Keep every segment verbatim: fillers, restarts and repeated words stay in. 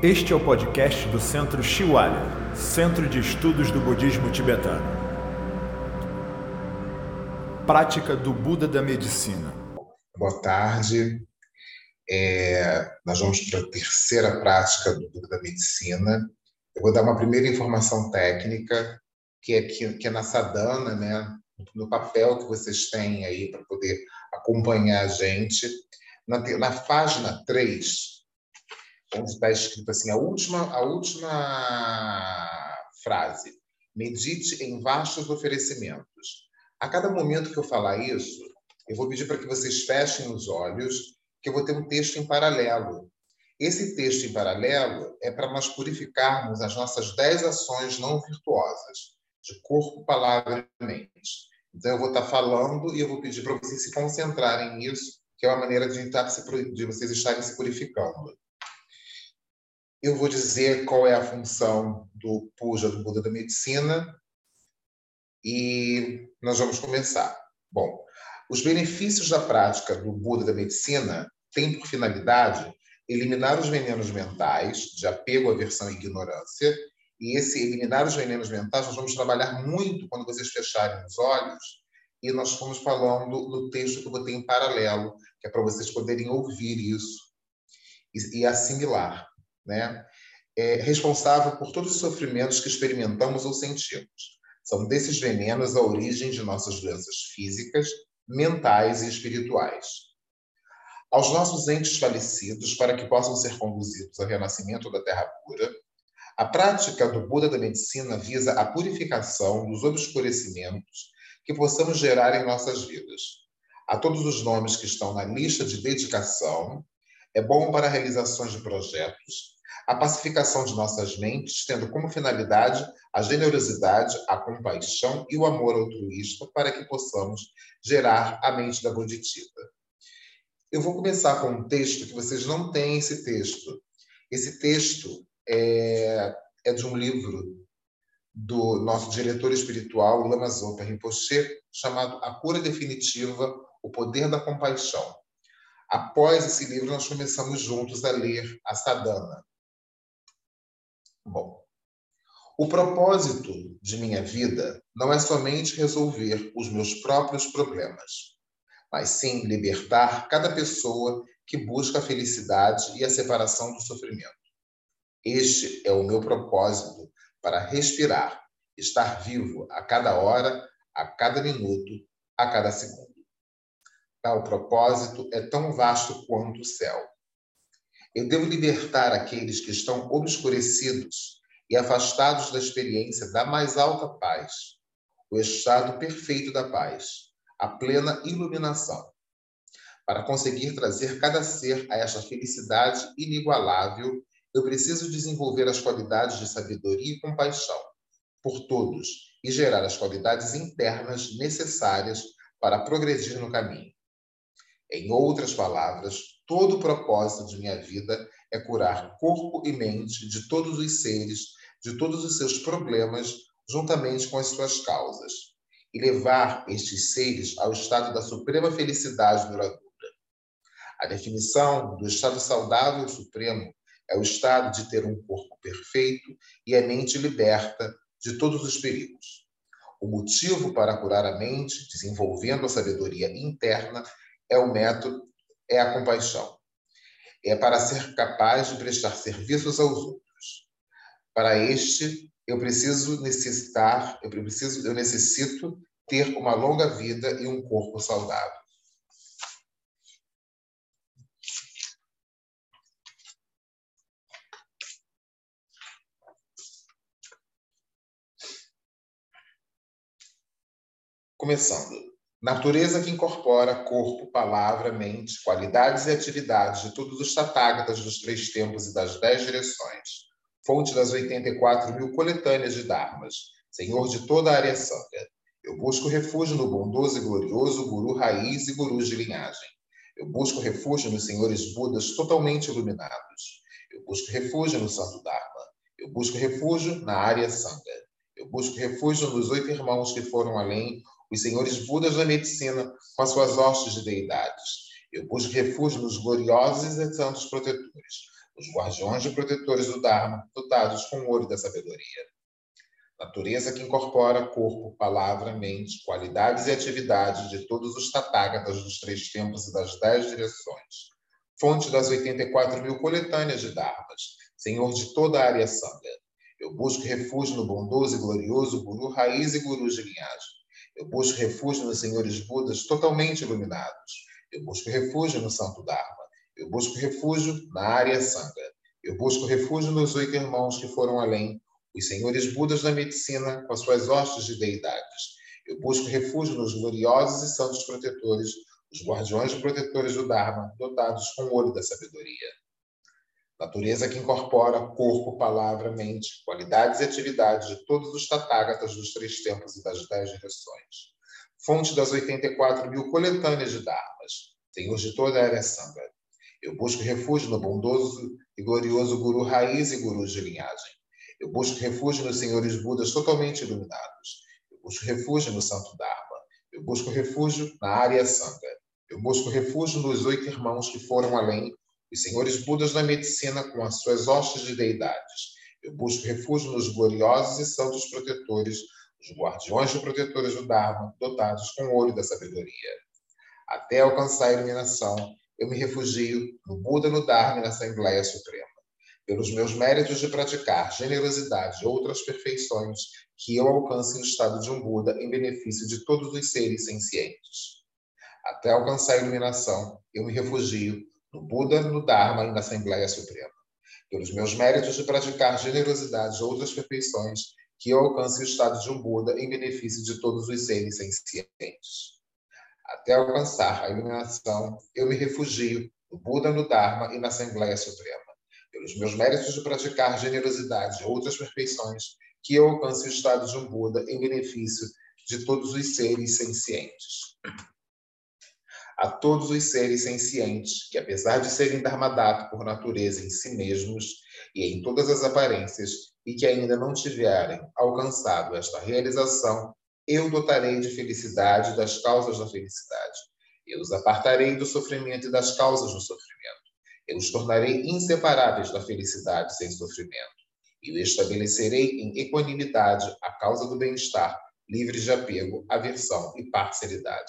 Este é o podcast do Centro Shiwalya, Centro de Estudos do Budismo Tibetano. Prática do Buda da Medicina. Boa tarde. É, nós vamos para a terceira prática do Buda da Medicina. Eu vou dar uma primeira informação técnica, que é, que, que é na sadhana, né? No papel que vocês têm aí para poder acompanhar a gente. Na, na página três, onde está escrito assim, a última, a última frase: medite em vastos oferecimentos. A cada momento que eu falar isso, eu vou pedir para que vocês fechem os olhos, que eu vou ter um texto em paralelo. Esse texto em paralelo é para nós purificarmos as nossas dez ações não virtuosas, de corpo, palavra e mente. Então, eu vou estar falando e eu vou pedir para vocês se concentrarem nisso, que é uma maneira de, de vocês estarem se purificando. Eu vou dizer qual é a função do Puja, do Buda da Medicina, e nós vamos começar. Bom, os benefícios da prática do Buda da Medicina têm por finalidade eliminar os venenos mentais, de apego, aversão e ignorância, e esse eliminar os venenos mentais nós vamos trabalhar muito quando vocês fecharem os olhos, e nós fomos falando no texto que eu botei em paralelo, que é para vocês poderem ouvir isso e, e assimilar, né? É responsável por todos os sofrimentos que experimentamos ou sentimos. São desses venenos a origem de nossas doenças físicas, mentais e espirituais. Aos nossos entes falecidos, para que possam ser conduzidos ao renascimento da Terra pura, a prática do Buda da Medicina visa a purificação dos obscurecimentos que possamos gerar em nossas vidas. A todos os nomes que estão na lista de dedicação, é bom para realizações de projetos, a pacificação de nossas mentes, tendo como finalidade a generosidade, a compaixão e o amor altruísta, para que possamos gerar a mente da Bodhicitta. Eu vou começar com um texto que vocês não têm esse texto. Esse texto é, é de um livro do nosso diretor espiritual, Lama Zopa Rinpoche, chamado A Cura Definitiva, o Poder da Compaixão. Após esse livro, nós começamos juntos a ler a sadhana. Bom, o propósito de minha vida não é somente resolver os meus próprios problemas, mas sim libertar cada pessoa que busca a felicidade e a separação do sofrimento. Este é o meu propósito para respirar, estar vivo a cada hora, a cada minuto, a cada segundo. Tal propósito é tão vasto quanto o céu. Eu devo libertar aqueles que estão obscurecidos e afastados da experiência da mais alta paz, o estado perfeito da paz, a plena iluminação. Para conseguir trazer cada ser a esta felicidade inigualável, eu preciso desenvolver as qualidades de sabedoria e compaixão por todos e gerar as qualidades internas necessárias para progredir no caminho. Em outras palavras, todo o propósito de minha vida é curar corpo e mente de todos os seres, de todos os seus problemas, juntamente com as suas causas, e levar estes seres ao estado da suprema felicidade duradoura. A definição do estado saudável supremo é o estado de ter um corpo perfeito e a mente liberta de todos os perigos. O motivo para curar a mente, desenvolvendo a sabedoria interna, é o método, é a compaixão. É para ser capaz de prestar serviços aos outros. Para este, eu preciso necessitar, eu preciso, eu necessito ter uma longa vida e um corpo saudável. Começando. Natureza que incorpora corpo, palavra, mente, qualidades e atividades de todos os tathagatas dos três tempos e das dez direções, fonte das oitenta e quatro mil coletâneas de dharmas, senhor de toda a Arya Sangha. Eu busco refúgio no bondoso e glorioso Guru Raiz e Gurus de linhagem. Eu busco refúgio nos senhores Budas totalmente iluminados. Eu busco refúgio no Santo Dharma. Eu busco refúgio na Arya Sangha. Eu busco refúgio nos oito irmãos que foram além, os senhores Budas da Medicina com as suas hostes de deidades. Eu busco refúgio nos gloriosos e santos protetores, os guardiões e protetores do Dharma, dotados com o olho da sabedoria. Natureza que incorpora corpo, palavra, mente, qualidades e atividades de todos os tathagatas dos três tempos e das dez direções. Fonte das oitenta e quatro mil coletâneas de Dharmas, Senhor de toda a Arya Sangha. Eu busco refúgio no bondoso e glorioso Guru Raiz e Guru de linhagem. Eu busco refúgio nos senhores Budas totalmente iluminados. Eu busco refúgio no Santo Dharma. Eu busco refúgio na Arya Sangha. Eu busco refúgio nos oito irmãos que foram além, os senhores Budas da medicina com as suas hostes de deidades. Eu busco refúgio nos gloriosos e santos protetores, os guardiões e protetores do Dharma, dotados com o olho da sabedoria. Natureza que incorpora corpo, palavra, mente, qualidades e atividades de todos os tathagatas dos três tempos e das dez direções. Fonte das oitenta e quatro mil coletâneas de Dharmas, Senhor de toda a Arya Sangha. Eu busco refúgio no bondoso e glorioso Guru Raiz e Guru de linhagem. Eu busco refúgio nos senhores Budas totalmente iluminados. Eu busco refúgio no Santo Dharma. Eu busco refúgio na Arya Sangha. Eu busco refúgio nos oito irmãos que foram além, os senhores Budas da medicina com as suas hostes de deidades. Eu busco refúgio nos gloriosos e santos protetores, os guardiões e protetores do Dharma, dotados com o olho da sabedoria. Até alcançar a iluminação, eu me refugio no Buda, no Dharma e na Assembleia Suprema. Pelos meus méritos de praticar generosidade e outras perfeições, que eu alcance o estado de um Buda em benefício de todos os seres sencientes. Até alcançar a iluminação, eu me refugio no Buda, no Dharma e na Assembleia Suprema. Pelos meus méritos de praticar generosidade e outras perfeições, que eu alcance o estado de um Buda em benefício de todos os seres sencientes. Até alcançar a iluminação, eu me refugio no Buda, no Dharma e na Assembleia Suprema. Pelos meus méritos de praticar generosidade e outras perfeições, que eu alcance o estado de um Buda em benefício de todos os seres sencientes. A todos os seres sencientes, que apesar de serem dharmadatta por natureza em si mesmos e em todas as aparências, e que ainda não tiverem alcançado esta realização, eu dotarei de felicidade das causas da felicidade. Eu os apartarei do sofrimento e das causas do sofrimento. Eu os tornarei inseparáveis da felicidade sem sofrimento. Eu estabelecerei em equanimidade a causa do bem-estar, livres de apego, aversão e parcialidade.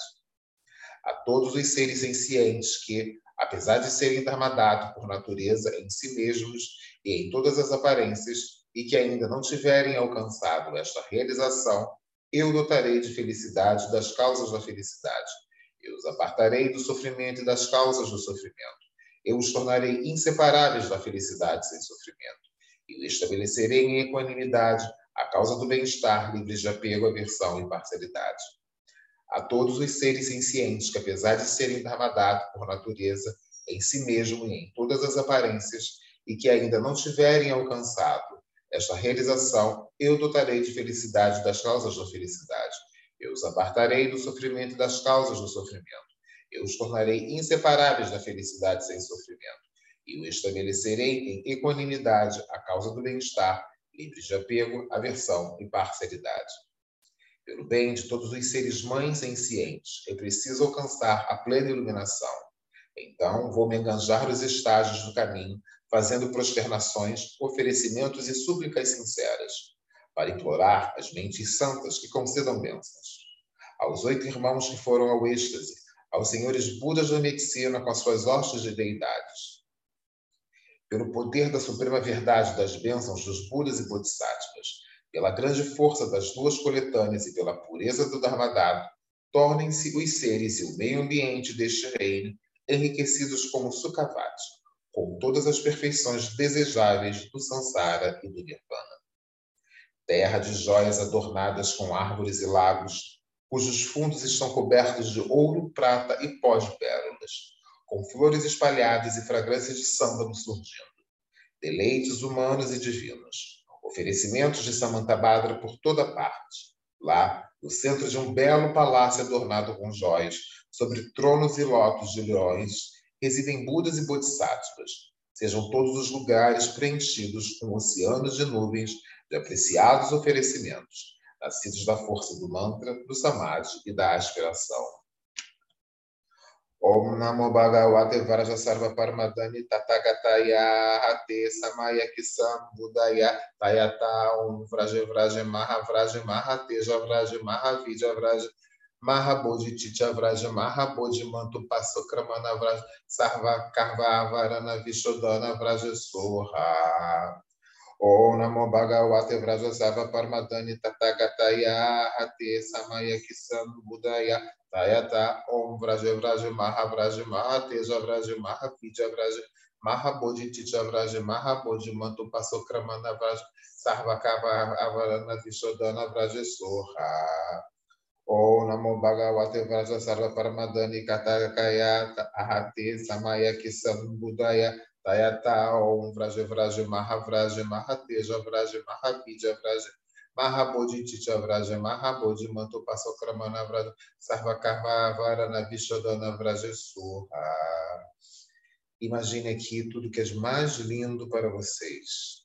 A todos os seres sencientes que, apesar de serem dharmadatta por natureza em si mesmos e em todas as aparências, e que ainda não tiverem alcançado esta realização, eu dotarei de felicidade das causas da felicidade. Eu os apartarei do sofrimento e das causas do sofrimento. Eu os tornarei inseparáveis da felicidade sem sofrimento. Eu estabelecerei em equanimidade a causa do bem-estar, livres de apego, aversão e parcialidade. A todos os seres sencientes que, apesar de serem dharmadatta por natureza, em si mesmo e em todas as aparências, e que ainda não tiverem alcançado esta realização, eu dotarei de felicidade das causas da felicidade. Eu os apartarei do sofrimento e das causas do sofrimento. Eu os tornarei inseparáveis da felicidade sem sofrimento. E eu estabelecerei em equanimidade a causa do bem-estar, livres de apego, aversão e parcialidade. Pelo bem de todos os seres mães sencientes, eu preciso alcançar a plena iluminação. Então, vou me enganjar nos estágios do caminho, fazendo prosternações, oferecimentos e súplicas sinceras, para implorar às mentes santas que concedam bênçãos. Aos oito irmãos que foram ao êxtase, aos senhores Budas da medicina com as suas hostes de deidades. Pelo poder da suprema verdade das bênçãos dos Budas e Bodhisattvas, pela grande força das duas coletâneas e pela pureza do Dharmadatta, tornem-se os seres e o meio ambiente deste reino enriquecidos como Sukhavati, com todas as perfeições desejáveis do Sansara e do Nirvana. Terra de joias adornadas com árvores e lagos, cujos fundos estão cobertos de ouro, prata e pó de pérolas, com flores espalhadas e fragrâncias de sândalo surgindo. Deleites humanos e divinos. Oferecimentos de Samantabhadra por toda parte. Lá, no centro de um belo palácio adornado com jóias, sobre tronos e lótus de leões, residem Budas e Bodhisattvas. Sejam todos os lugares preenchidos com oceanos de nuvens de apreciados oferecimentos, nascidos da força do mantra, do samadhi e da aspiração. Om Namo Bhagavate Varaja Sarva Paramadani Tathagataya Hate Samaya Kisam Budaya Tayata Om Vraja Vraja Maha Vraja Maha Teja Vraja Maha Vidya Vraja Maha Bodhi Titya Vraja Maha Bodhi Mantu Pasokramana Vraja Sarva Karva Avarana Vishodana Vraja Soha. Om Namo Bhagavate Vraja Sarva Paramadani Tathagataya Hate Samaya Kisam Budaya Tayata Om Vraja Vraja Maha Vraja Maha Teja Vraja Maha Vidya Vraja Maha Bodhi Titya Vraja Maha Bodhi Mantu Pasokramana Vraja Sarvakava Avarana Vishodana Vraja Soha. Om Namo Bhagavate Vraja Sarva Paramadani Katakaya Ahate Samaya Kisam Budaya Tayata Om Vraja Vraja Maha Vraja Maha Teja Vraja Maha Vidya Vraja Maha Bodhi Titya Vraja Maha Bodhi Mantu Pasokramana Vraja Sarvakarma Avarana Vishodana Vraja Surra. Imagine aqui tudo que é mais lindo para vocês.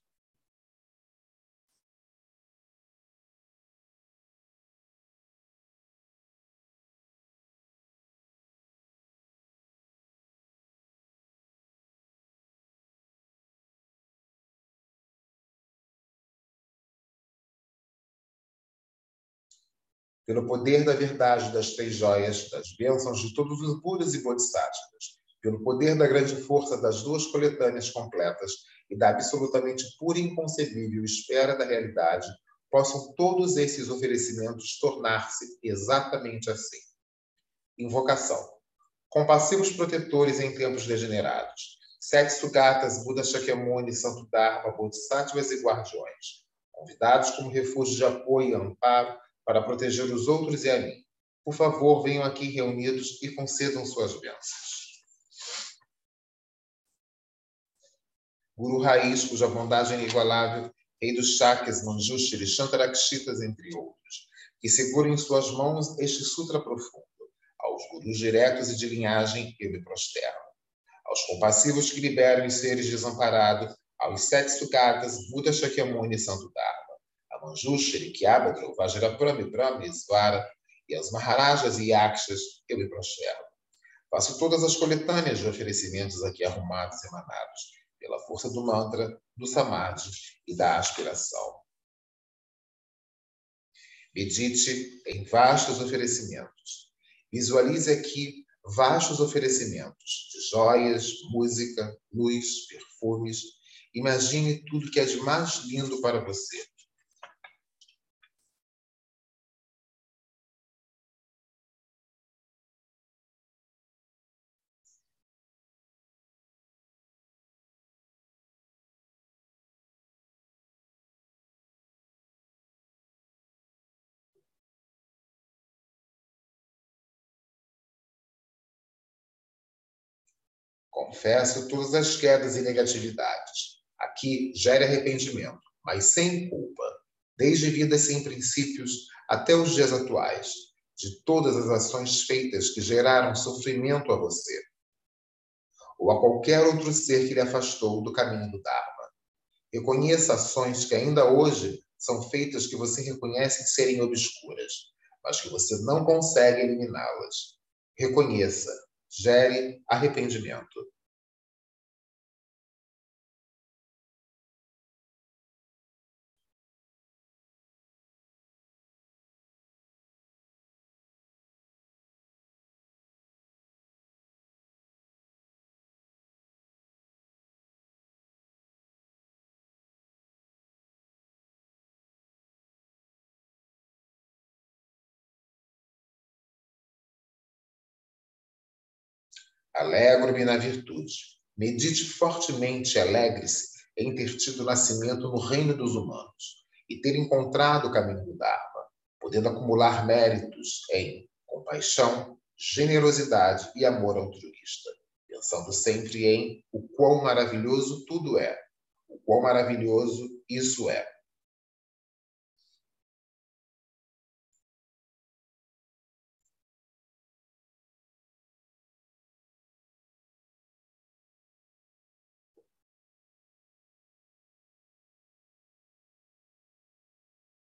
Pelo poder da verdade das três joias, das bênçãos de todos os Budas e Bodhisattvas, pelo poder da grande força das duas coletâneas completas e da absolutamente pura e inconcebível esfera da realidade, possam todos esses oferecimentos tornar-se exatamente assim. Invocação. Compassivos protetores em tempos degenerados, sete Sugatas, Buda Shakyamuni, Santo Dharma, Bodhisattvas e guardiões, convidados como refúgio de apoio e amparo para proteger os outros e a mim. Por favor, venham aqui reunidos e concedam suas bênçãos. Guru Raiz, cuja bondade é inigualável, Rei dos Shakyas, Manjushri, Shantarakshitas, entre outros, que segurem em suas mãos este sutra profundo. Aos gurus diretos e de linhagem, eu me prosterno. Aos compassivos que liberam os seres desamparados, aos sete Sugatas, Buda Shakyamuni e Santo Dharma, a Manjushri, Kyabhadra, Vajraprama, Brahma e Svara, e aos Maharajas e Yakshas, eu me prosterno. Faço todas as coletâneas de oferecimentos aqui arrumados e emanados, pela força do mantra, do samadhi e da aspiração. Medite em vastos oferecimentos. Visualize aqui vastos oferecimentos de joias, música, luz, perfumes. Imagine tudo que é de mais lindo para você. Confesso todas as quedas e negatividades. Aqui gere arrependimento, mas sem culpa, desde vidas sem princípios até os dias atuais, de todas as ações feitas que geraram sofrimento a você, ou a qualquer outro ser que lhe afastou do caminho do Dharma. Reconheça ações que ainda hoje são feitas que você reconhece serem obscuras, mas que você não consegue eliminá-las. Reconheça. Gere arrependimento. Alegro-me na virtude. Medite fortemente e alegre-se em ter tido nascimento no reino dos humanos e ter encontrado o caminho do Dharma, podendo acumular méritos em compaixão, generosidade e amor altruísta, pensando sempre em o quão maravilhoso tudo é, o quão maravilhoso isso é.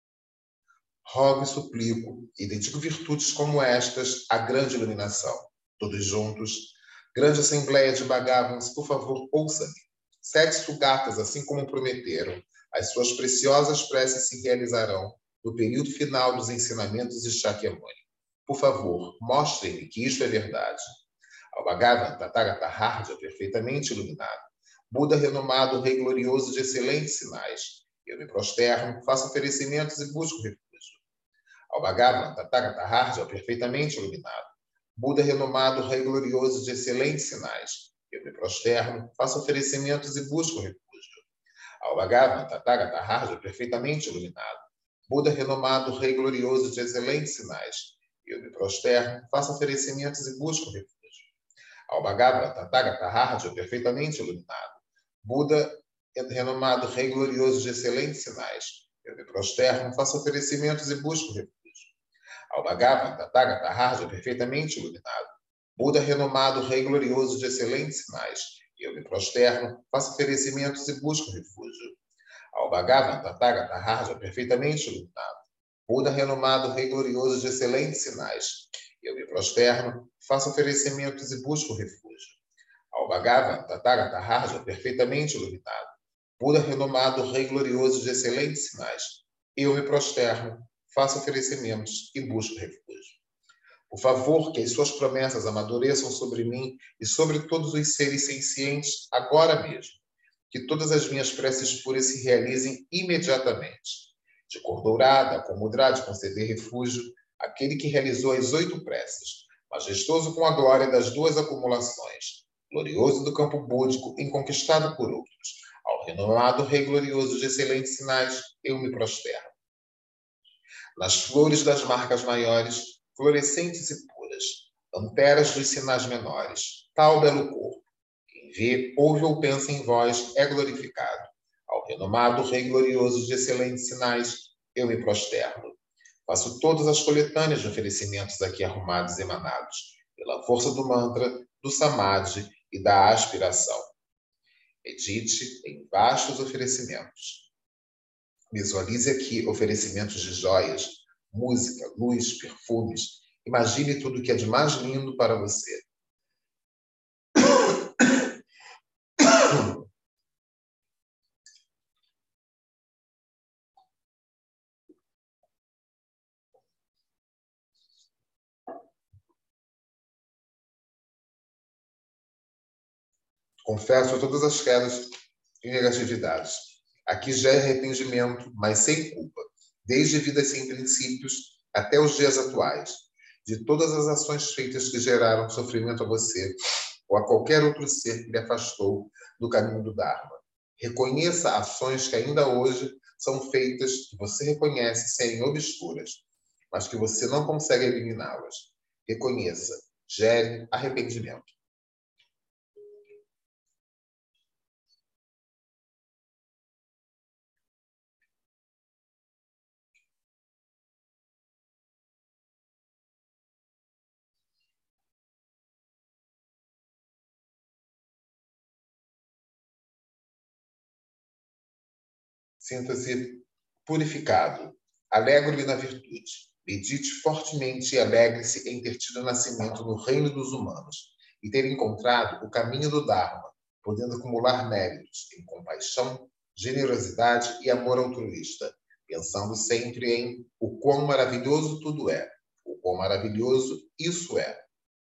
Rogo e suplico e dedico virtudes como estas à grande iluminação, Todos juntos. Grande Assembleia de Bhagavans, por favor, ouça-me. Sete sugatas, assim como prometeram, as suas preciosas preces se realizarão no período final dos ensinamentos de Shakyamuni. Por favor, mostrem-me que isto é verdade. Ao Bhagavan Tathagata Hardya, perfeitamente iluminado, Buda renomado, Rei glorioso de excelentes sinais, eu me prosterno, faço oferecimentos e busco refúgio. Ao Bhagavan Tathagata Hardya, perfeitamente iluminado, Buda renomado, Rei glorioso de excelentes sinais, eu me prosterno, faço oferecimentos e busco refúgio. Ao Bhagavan Tathagata Hardya, perfeitamente iluminado, Buda renomado, Rei glorioso de excelentes sinais, eu me prosterno, faço oferecimentos e busco refúgio. Ao Bhagavan Tathagata Hardya, perfeitamente iluminado, Buda renomado, Rei glorioso de excelentes sinais, eu me prosterno, faço oferecimentos e busco refúgio. Ao Bhagavan Tathagata Hardya, perfeitamente iluminado, Buda renomado, Rei glorioso de excelentes sinais, eu me prosterno, faço oferecimentos e busco refúgio. Ao Bhagavan Tathagata Hardya, perfeitamente iluminado, Buda renomado, Rei glorioso de excelentes sinais, eu me prosterno, faço oferecimentos e busco refúgio. Ao Bhagavan Tathagata Hardya, perfeitamente iluminado, Buda renomado, Rei glorioso de excelentes sinais, eu me prosterno, faço oferecimentos e busco refúgio. Por favor, que as suas promessas amadureçam sobre mim e sobre todos os seres sencientes agora mesmo. Que todas as minhas preces puras se realizem imediatamente. De cor dourada, com mudra de conceder refúgio, aquele que realizou as oito preces, majestoso com a glória das duas acumulações, glorioso do campo búdico, inconquistado por outros, ao renomado Rei glorioso de excelentes sinais, eu me prosterno. Nas flores das marcas maiores, florescentes e puras, anteras dos sinais menores, tal belo corpo, quem vê, ouve ou pensa em vós é glorificado. Ao renomado Rei glorioso de excelentes sinais, eu me prosterno. Faço todas as coletâneas de oferecimentos aqui arrumados e emanados, pela força do mantra, do samadhi e da aspiração. Medite em vastos oferecimentos. Visualize aqui oferecimentos de joias, música, luz, perfumes. Imagine tudo o que é de mais lindo para você. Confesso todas as quedas e negatividades. Aqui já é arrependimento, mas sem culpa, desde vidas sem princípios até os dias atuais, de todas as ações feitas que geraram sofrimento a você ou a qualquer outro ser que lhe afastou do caminho do Dharma. Reconheça ações que ainda hoje são feitas, que você reconhece serem obscuras, mas que você não consegue eliminá-las. Reconheça, gere arrependimento. Sinta-se purificado. Alegre-lhe na virtude. Medite fortemente e alegre-se em ter tido nascimento no reino dos humanos e ter encontrado o caminho do Dharma, podendo acumular méritos em compaixão, generosidade e amor altruísta, pensando sempre em o quão maravilhoso tudo é, o quão maravilhoso isso é.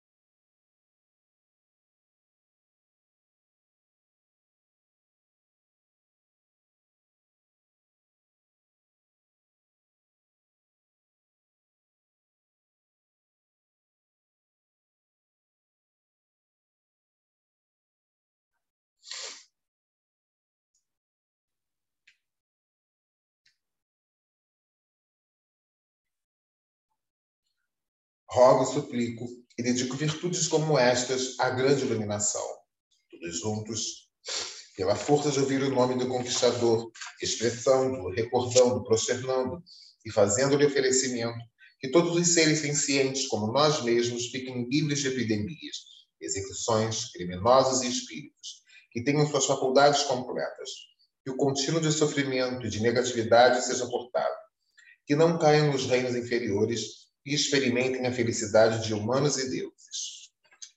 Rogo, suplico e dedico virtudes como estas à grande iluminação. Todos juntos, pela força de ouvir o nome do conquistador, expressando, recordando, prosternando e fazendo-lhe oferecimento, que todos os seres sencientes, como nós mesmos, fiquem livres de epidemias, execuções, criminosos e espíritos, que tenham suas faculdades completas, que o contínuo de sofrimento e de negatividade seja cortado, que não caiam nos reinos inferiores e experimentem a felicidade de humanos e deuses.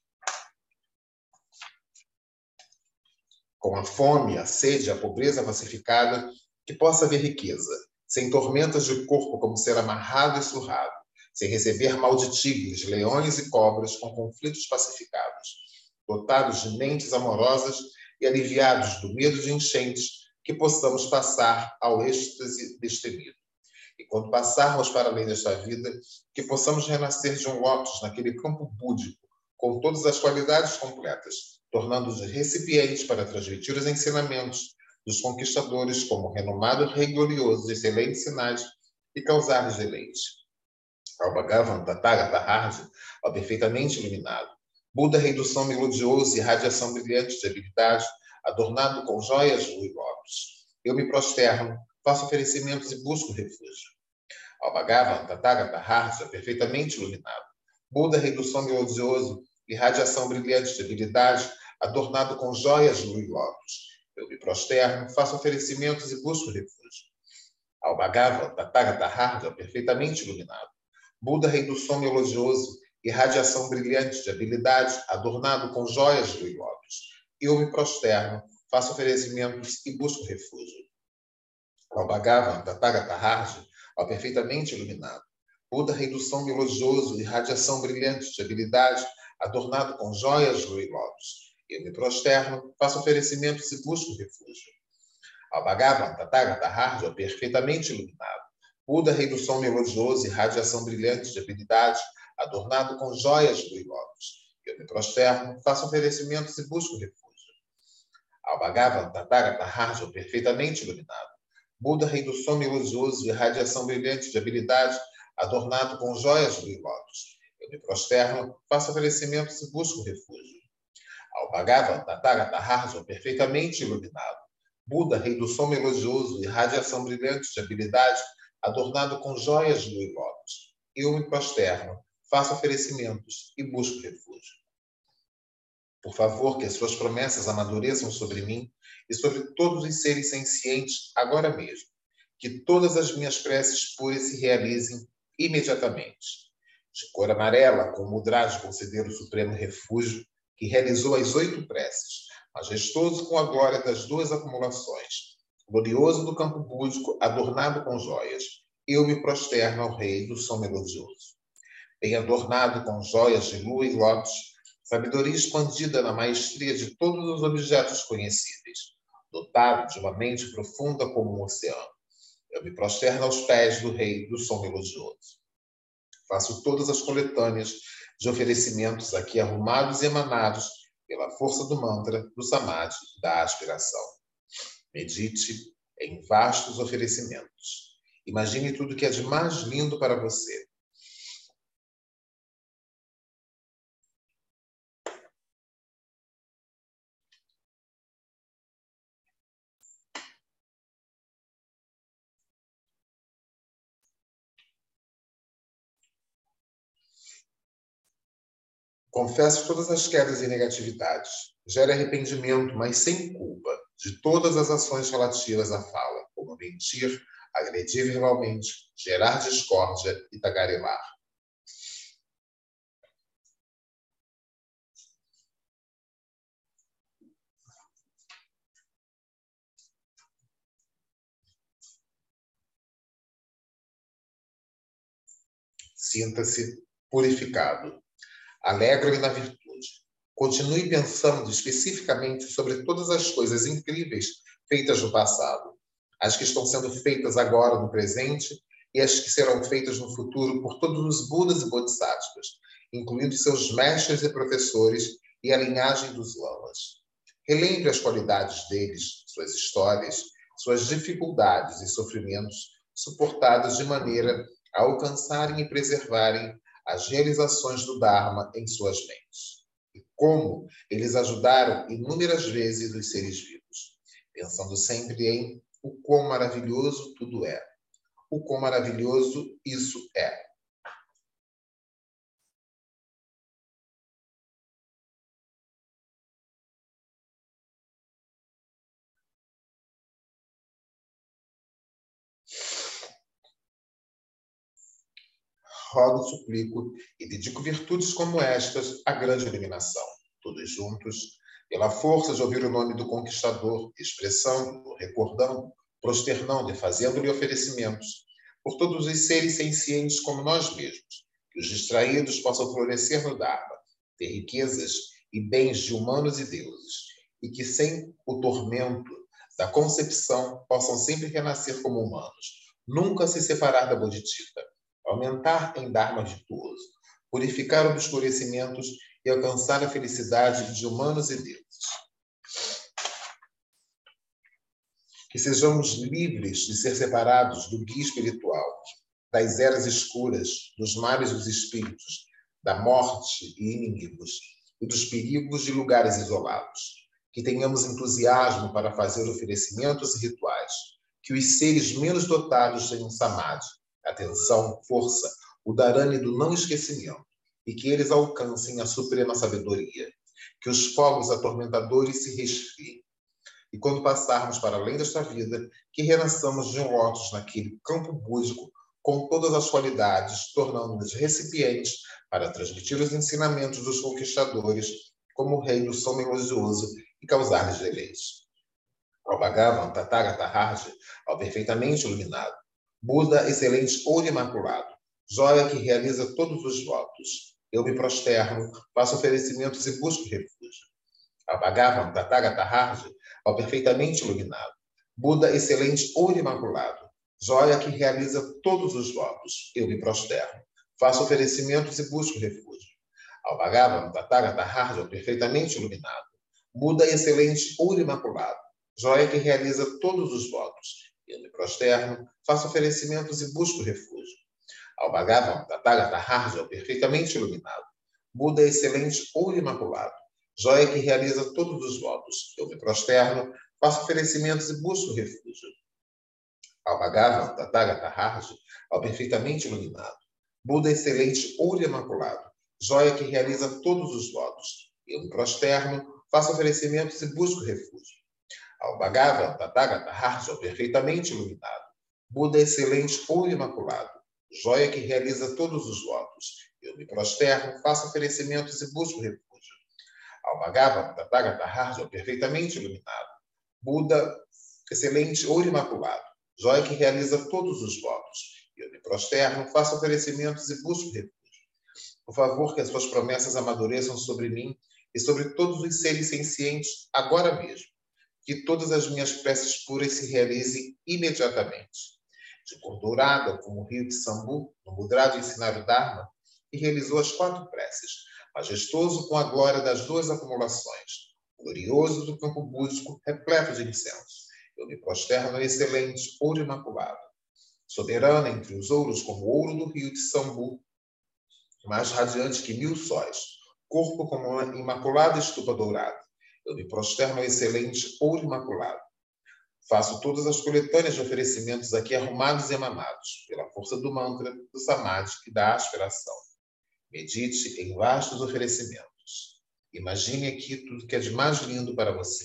com a fome, a sede, a pobreza pacificada, que possa haver riqueza, sem tormentas de corpo como ser amarrado e surrado, sem receber mal de tigres, leões e cobras com conflitos pacificados, dotados de mentes amorosas e aliviados do medo de enchentes, que possamos passar ao êxtase destemido. E quando passarmos para além desta vida, que possamos renascer de um lótus naquele campo búdico, com todas as qualidades completas, tornando-os recipientes para transmitir os ensinamentos dos conquistadores como renomado rei glorioso de excelentes sinais e causar-lhes deleite. Ao Bhagavan Tathagata Arja, ao perfeitamente iluminado, Buda, rei do som melodioso e radiação brilhante de habilidade, adornado com joias de luz e lótus, eu me prosterno, faço oferecimentos e busco refúgio. Ao Bhagavan Tathagata Arja, perfeitamente iluminado, Buda, rei do som melodioso e radiação brilhante de habilidade, adornado com joias de luz e lótus, eu me prosterno, faço oferecimentos e busco refúgio. Ao Bhagavan Tathagata Arja, perfeitamente iluminado, Buda, rei do som melodioso e radiação brilhante de habilidade, adornado com joias de luz e lótus, eu me prosterno, faço oferecimentos e busco refúgio. Ao Bhagavan Tathagata Arja, ao perfeitamente iluminado, Buda, rei do som melodioso e radiação brilhante de habilidade, adornado com joias de luz e lótus, eu me prosterno, faço oferecimentos e busco refúgio. Ao Bhagavan Tathagata Arja, perfeitamente iluminado, Buda, rei do som melodioso e radiação brilhante de habilidade, adornado com joias de luz e lótus, eu me prosterno, faço oferecimentos e busco refúgio. Ao Bhagavan Tathagata Arja, perfeitamente iluminado, Buda, rei do som melodioso e radiação brilhante de habilidade, adornado com joias de luz e lótus, eu me prosterno, faço oferecimentos e busco refúgio. Ao Bhagavan Tathagata Arja, perfeitamente iluminado, Buda, rei do som melodioso e radiação brilhante de habilidade, adornado com joias de luz e lótus, eu me prosterno, faço oferecimentos e busco refúgio. Por favor, que as suas promessas amadureçam sobre mim e sobre todos os seres sencientes agora mesmo, que todas as minhas preces puras se realizem imediatamente. De cor amarela, com o mudra de conceder o supremo refúgio, que realizou as oito preces, majestoso com a glória das duas acumulações, glorioso do campo búdico, adornado com joias, eu me prosterno ao rei do som melodioso. Bem adornado com joias de lua e lótus, sabedoria expandida na maestria de todos os objetos conhecíveis, dotado de uma mente profunda como um oceano, eu me prosterno aos pés do rei do som melodioso. Faço todas as coletâneas de oferecimentos aqui arrumados e emanados pela força do mantra, do samadhi, da aspiração. Medite em vastos oferecimentos. Imagine tudo que é de mais lindo para você. Confesso todas as quedas e negatividades. Gere arrependimento, mas sem culpa, de todas as ações relativas à fala, como mentir, agredir verbalmente, gerar discórdia e tagarelar. Sinta-se purificado. Alegre-me na virtude. Continue pensando especificamente sobre todas as coisas incríveis feitas no passado, as que estão sendo feitas agora no presente e as que serão feitas no futuro por todos os Budas e Bodhisattvas, incluindo seus mestres e professores e a linhagem dos lamas. Relembre as qualidades deles, suas histórias, suas dificuldades e sofrimentos suportados de maneira a alcançarem e preservarem as realizações do Dharma em suas mentes. E como eles ajudaram inúmeras vezes os seres vivos, pensando sempre em o quão maravilhoso tudo é. O quão maravilhoso isso é. Rogo, suplico e dedico virtudes como estas à grande iluminação. Todos juntos, pela força de ouvir o nome do conquistador, expressando, recordando, prosternando e fazendo-lhe oferecimentos, por todos os seres sencientes como nós mesmos, que os distraídos possam florescer no Dharma, ter riquezas e bens de humanos e deuses, e que sem o tormento da concepção possam sempre renascer como humanos, nunca se separar da Bodhicitta, aumentar em Dharma virtuoso, purificar obscurecimentos e alcançar a felicidade de humanos e deuses. Que sejamos livres de ser separados do guia espiritual, das eras escuras, dos males dos espíritos, da morte e inimigos, e dos perigos de lugares isolados. Que tenhamos entusiasmo para fazer oferecimentos e rituais, que os seres menos dotados tenham samadhi, atenção, força, o dharani do não esquecimento, e que eles alcancem a suprema sabedoria, que os fogos atormentadores se resfriem. E quando passarmos para além desta vida, que renasçamos de um lótus naquele campo búdico com todas as qualidades, tornando-nos recipientes para transmitir os ensinamentos dos conquistadores como o rei do som melodioso e causar-lhes deleites. Ao Bhagavan Tathagata Raja, ao perfeitamente iluminado, Buda excelente ouro imaculado, joia que realiza todos os votos, eu me prosterno, faço oferecimentos e busco refúgio. Ao Bhagavan Tathagata Raja, ao perfeitamente iluminado, Buda excelente ouro imaculado, joia que realiza todos os votos, eu me prosterno, faço oferecimentos e busco refúgio. Ao Bhagavan Tathagata Raja, ao perfeitamente iluminado, Buda excelente ouro imaculado, joia que realiza todos os votos, eu me prosterno, faço oferecimentos e busco refúgio. Ao Bhagavan Tathagata Raja, ao perfeitamente iluminado, Buda excelente ouro imaculado, joia que realiza todos os votos, eu me prosterno, faço oferecimentos e busco refúgio. Ao Bhagavan Tathagata Raja, ao perfeitamente iluminado, Buda excelente ouro imaculado, joia que realiza todos os votos, eu me prosterno, faço oferecimentos e busco refúgio. Ao Bhagavan Tathagata Raja, ao perfeitamente iluminado, Buda excelente ouro imaculado, joia que realiza todos os votos, eu me prosterno, faço oferecimentos e busco refúgio. Ao Bhagavan Tathagata Raja, ao perfeitamente iluminado, Buda excelente ouro imaculado, joia que realiza todos os votos, eu me prosterno, faço oferecimentos e busco refúgio. Por favor, que as suas promessas amadureçam sobre mim e sobre todos os seres sencientes agora mesmo. Que todas as minhas preces puras se realizem imediatamente. De cor dourada, como o rio de Sambu, no mudra de ensinar o Dharma, e realizou as quatro preces, majestoso com a glória das duas acumulações, glorioso do campo búdico, repleto de incenso. Eu me prosterno no excelente ouro imaculado. Soberano entre os ouros, como o ouro do rio de Sambu, mais radiante que mil sóis, corpo como uma imaculada estupa dourada. Eu me prosterno ao excelente ouro imaculado. Faço todas as coletâneas de oferecimentos aqui arrumados e emanados, pela força do mantra, do samadhi e da aspiração. Medite em vastos oferecimentos. Imagine aqui tudo que é de mais lindo para você.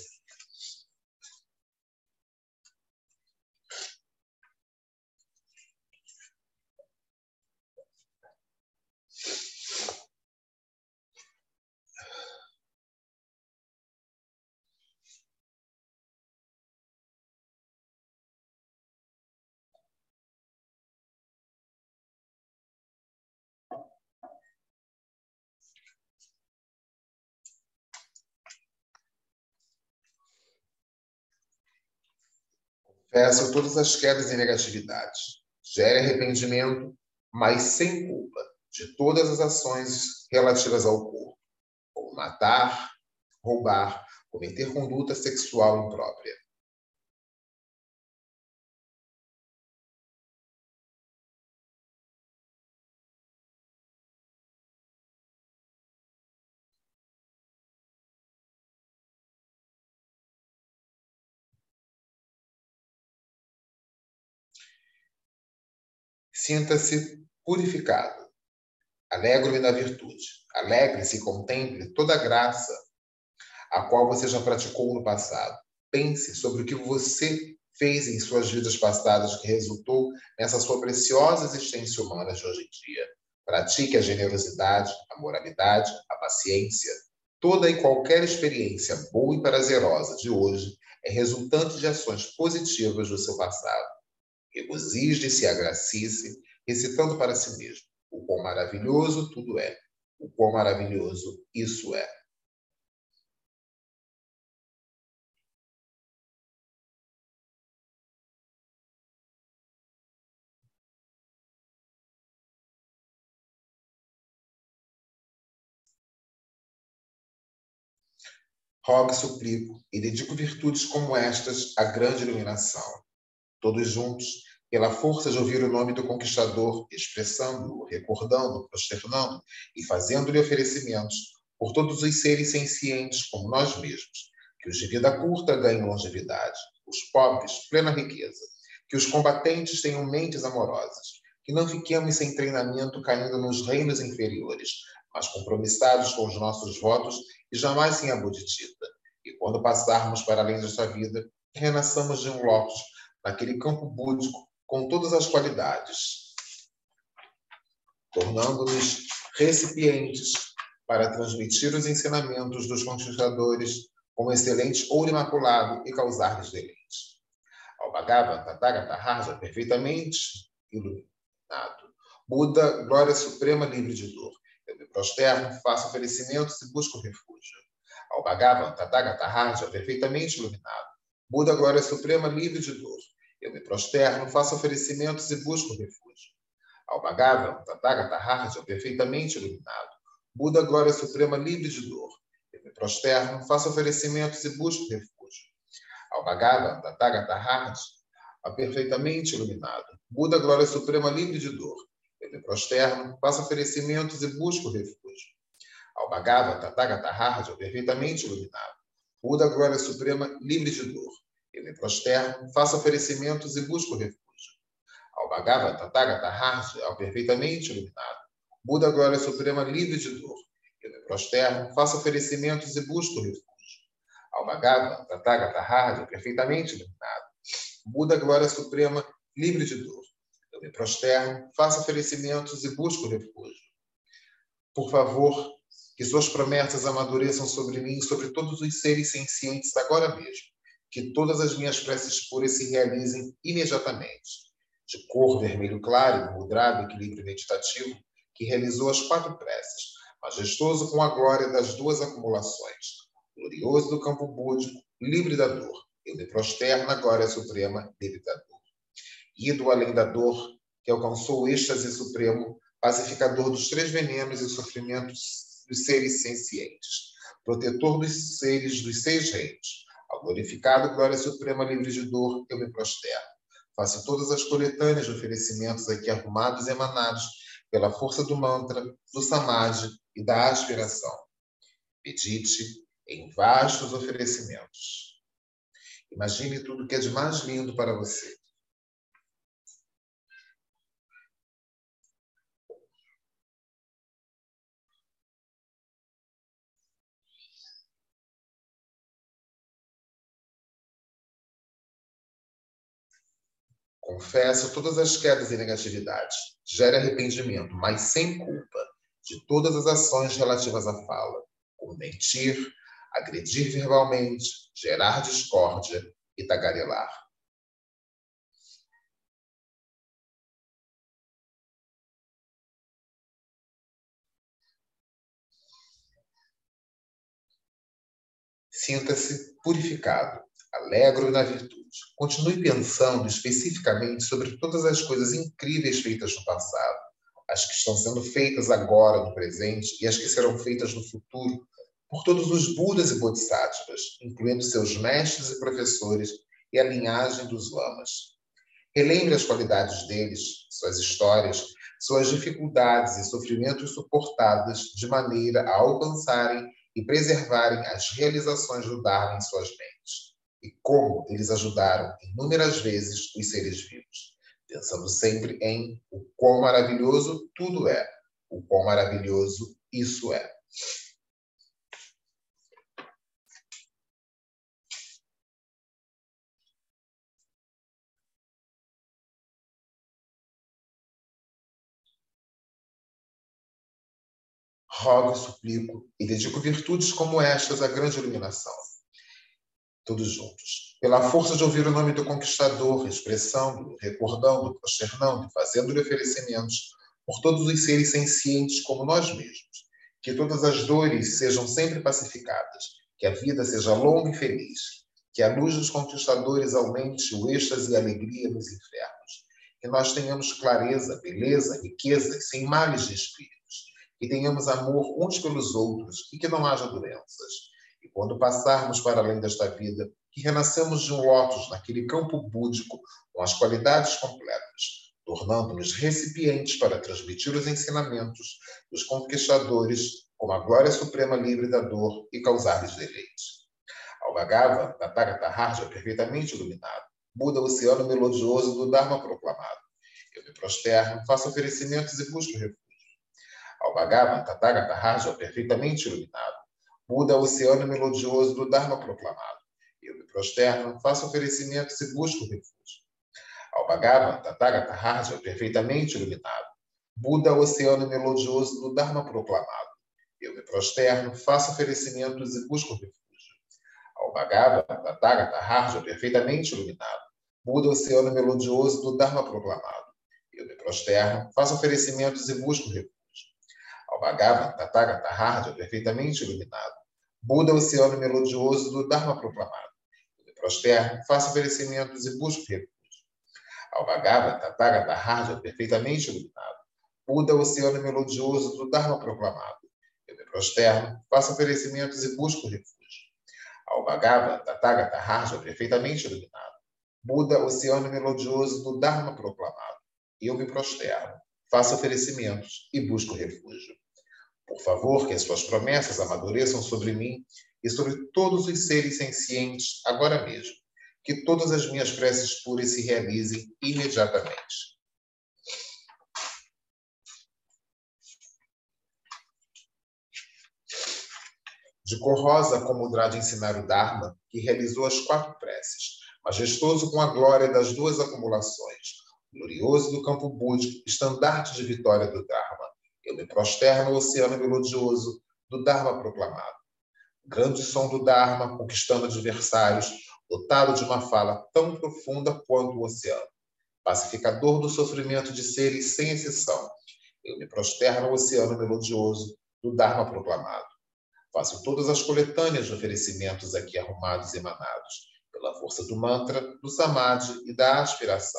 Confesso todas as quedas e negatividades. Gere arrependimento, mas sem culpa, de todas as ações relativas ao corpo, como matar, roubar, cometer conduta sexual imprópria. Sinta-se purificado. Alegro-me na virtude. Alegre-se e contemple toda a graça a qual você já praticou no passado. Pense sobre o que você fez em suas vidas passadas que resultou nessa sua preciosa existência humana de hoje em dia. Pratique a generosidade, a moralidade, a paciência. Toda e qualquer experiência boa e prazerosa de hoje é resultante de ações positivas do seu passado. Regozije-se e agracie-se, recitando para si mesmo: o quão maravilhoso tudo é, o quão maravilhoso isso é. Rogo e suplico e dedico virtudes como estas à grande iluminação. Todos juntos, pela força de ouvir o nome do conquistador, expressando-o, recordando, prosternando e fazendo-lhe oferecimentos, por todos os seres sencientes como nós mesmos, que os de vida curta ganhem longevidade, os pobres, plena riqueza, que os combatentes tenham mentes amorosas, que não fiquemos sem treinamento caindo nos reinos inferiores, mas compromissados com os nossos votos e jamais sem a bodhicitta. E quando passarmos para além desta vida, renasçamos de um lótus naquele campo búdico com todas as qualidades, tornando-nos recipientes para transmitir os ensinamentos dos conquistadores com excelente ouro imaculado e causar-lhes deleite. Ao Bhagavan Tathagata Raja, perfeitamente iluminado, Buda, glória suprema livre de dor, eu me prosterno, faço oferecimentos e busco refúgio. Ao Bhagavan Tathagata Raja, perfeitamente iluminado, Buda, glória suprema livre de dor, eu me prosterno, faço oferecimentos e busco refúgio. Ao Bhagavan Tathagata Raja, perfeitamente iluminado, Buda, glória suprema livre de dor, eu me prosterno, faço oferecimentos e busco refúgio. Ao Bhagavan Tathagata Raja, perfeitamente iluminado, Buda, glória suprema livre de dor, eu me prosterno, faço oferecimentos e busco refúgio. Ao Bhagavan Tathagata Raja, perfeitamente iluminado, Buda, glória suprema livre de dor, eu me prosterno, faço oferecimentos e busco refúgio. Ao Bhagavan Tathagata Raja, ao perfeitamente iluminado, Buda, glória suprema livre de dor, eu me prosterno, faço oferecimentos e busco refúgio. Ao Bhagavan Tathagata Raja, perfeitamente iluminado, Buda, glória suprema livre de dor, eu me prosterno, faço oferecimentos e busco refúgio. Por favor, que suas promessas amadureçam sobre mim e sobre todos os seres sencientes agora mesmo. Que todas as minhas preces puras se realizem imediatamente. De cor vermelho claro, mudrado, equilíbrio meditativo, que realizou as quatro preces, majestoso com a glória das duas acumulações, glorioso do campo búdico, livre da dor, eu me prosterno à glória suprema, livre da dor. Ido além da dor, que alcançou o êxtase supremo, pacificador dos três venenos e sofrimentos dos seres sencientes, protetor dos seres dos seis reinos. Ao glorificado, glória suprema, livre de dor, eu me prosterno. Faço todas as coletâneas de oferecimentos aqui arrumados e emanados pela força do mantra, do samadhi e da aspiração. Medite em vastos oferecimentos. Imagine tudo que é de mais lindo para você. Confesso todas as quedas e negatividades. Gere arrependimento, mas sem culpa, de todas as ações relativas à fala, como mentir, agredir verbalmente, gerar discórdia e tagarelar. Sinta-se purificado, alegre na virtude. Continue pensando especificamente sobre todas as coisas incríveis feitas no passado, as que estão sendo feitas agora no presente e as que serão feitas no futuro por todos os Budas e Bodhisattvas, incluindo seus mestres e professores e a linhagem dos Lamas. Relembre as qualidades deles, suas histórias, suas dificuldades e sofrimentos suportados de maneira a alcançarem e preservarem as realizações do Dharma em suas mentes, e como eles ajudaram inúmeras vezes os seres vivos, pensando sempre em o quão maravilhoso tudo é, o quão maravilhoso isso é. Rogo e suplico e dedico virtudes como estas à grande iluminação. Todos juntos. Pela força de ouvir o nome do conquistador, expressando-o, recordando-o, prosternando-o, fazendo-lhe oferecimentos por todos os seres sencientes como nós mesmos. Que todas as dores sejam sempre pacificadas, que a vida seja longa e feliz, que a luz dos conquistadores aumente o êxtase e a alegria nos infernos, que nós tenhamos clareza, beleza, riqueza, sem males de espíritos, que tenhamos amor uns pelos outros e que não haja doenças. E quando passarmos para além desta vida, que renascemos de um lótus naquele campo búdico com as qualidades completas, tornando-nos recipientes para transmitir os ensinamentos dos conquistadores como a glória suprema livre da dor e causar-lhes deleite. Ao Bhagava, Tathagata Raja, perfeitamente iluminado, Buda, oceano melodioso do Dharma proclamado. Eu me prosterno, faço oferecimentos e busco refúgio. Ao Bhagava, Tathagata Raja, perfeitamente iluminado, Buda, oceano melodioso do Dharma proclamado. Eu me prosterno, faço oferecimentos e busco refúgio. Ao Bhagava, Tathagata Raja, perfeitamente iluminado, Buda, oceano melodioso do Dharma proclamado. Eu me prosterno, faço oferecimentos e busco refúgio. Ao Bhagava, Tathagata Raja, perfeitamente iluminado, Buda, oceano melodioso do Dharma proclamado. Eu me prosterno, faço oferecimentos e busco refúgio. Ao Bhagava, Tathagata Raja, perfeitamente iluminado, Buda, oceano melodioso do Dharma proclamado. Eu me prosterno, faço oferecimentos e busco refúgio. Ao Bhagava, Tathagata Raja, perfeitamente iluminado, Buda, oceano melodioso do Dharma proclamado. Eu me prosterno, faço oferecimentos e busco refúgio. Ao Bhagava, Tathagata Raja, perfeitamente iluminado, Buda, oceano melodioso do Dharma proclamado. Eu me prosterno, faço oferecimentos e busco refúgio. Por favor, que as suas promessas amadureçam sobre mim e sobre todos os seres sencientes agora mesmo. Que todas as minhas preces puras se realizem imediatamente. De cor rosa como o Mudra de ensinar o Dharma, que realizou as quatro preces, majestoso com a glória das duas acumulações, glorioso do campo búdico, estandarte de vitória do Dharma. Eu me prosterno no oceano melodioso do Dharma proclamado. Grande som do Dharma, conquistando adversários, dotado de uma fala tão profunda quanto o oceano. Pacificador do sofrimento de seres sem exceção. Eu me prosterno no oceano melodioso do Dharma proclamado. Faço todas as coletâneas de oferecimentos aqui arrumados e emanados, pela força do mantra, do samadhi e da aspiração.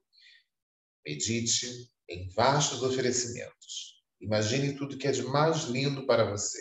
Medite em vastos oferecimentos. Imagine tudo que é de mais lindo para você.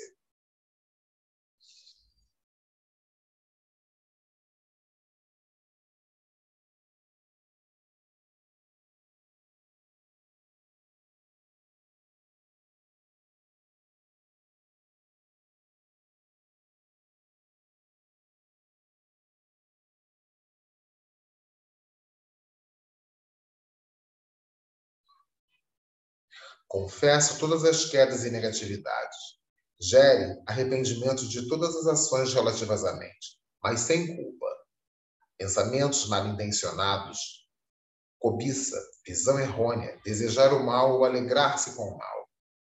Confesso todas as quedas e negatividades. Gere arrependimento de todas as ações relativas à mente, mas sem culpa. Pensamentos mal intencionados, cobiça, visão errônea, desejar o mal ou alegrar-se com o mal.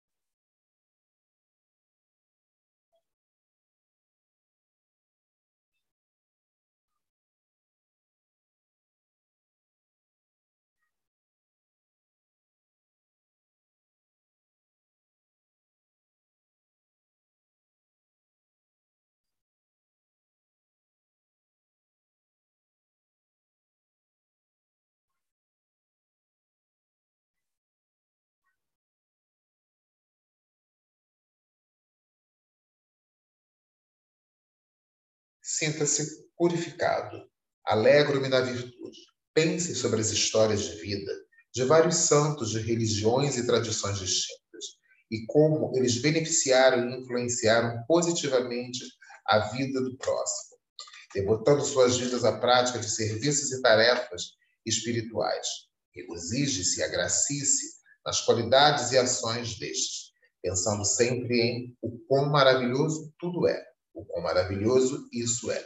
Sinta-se purificado. Alegro-me na virtude. Pense sobre as histórias de vida de vários santos de religiões e tradições distintas e como eles beneficiaram e influenciaram positivamente a vida do próximo, devotando suas vidas à prática de serviços e tarefas espirituais. Regozije-se e agracie-se nas qualidades e ações destes, pensando sempre em o quão maravilhoso tudo é. O quão maravilhoso isso é.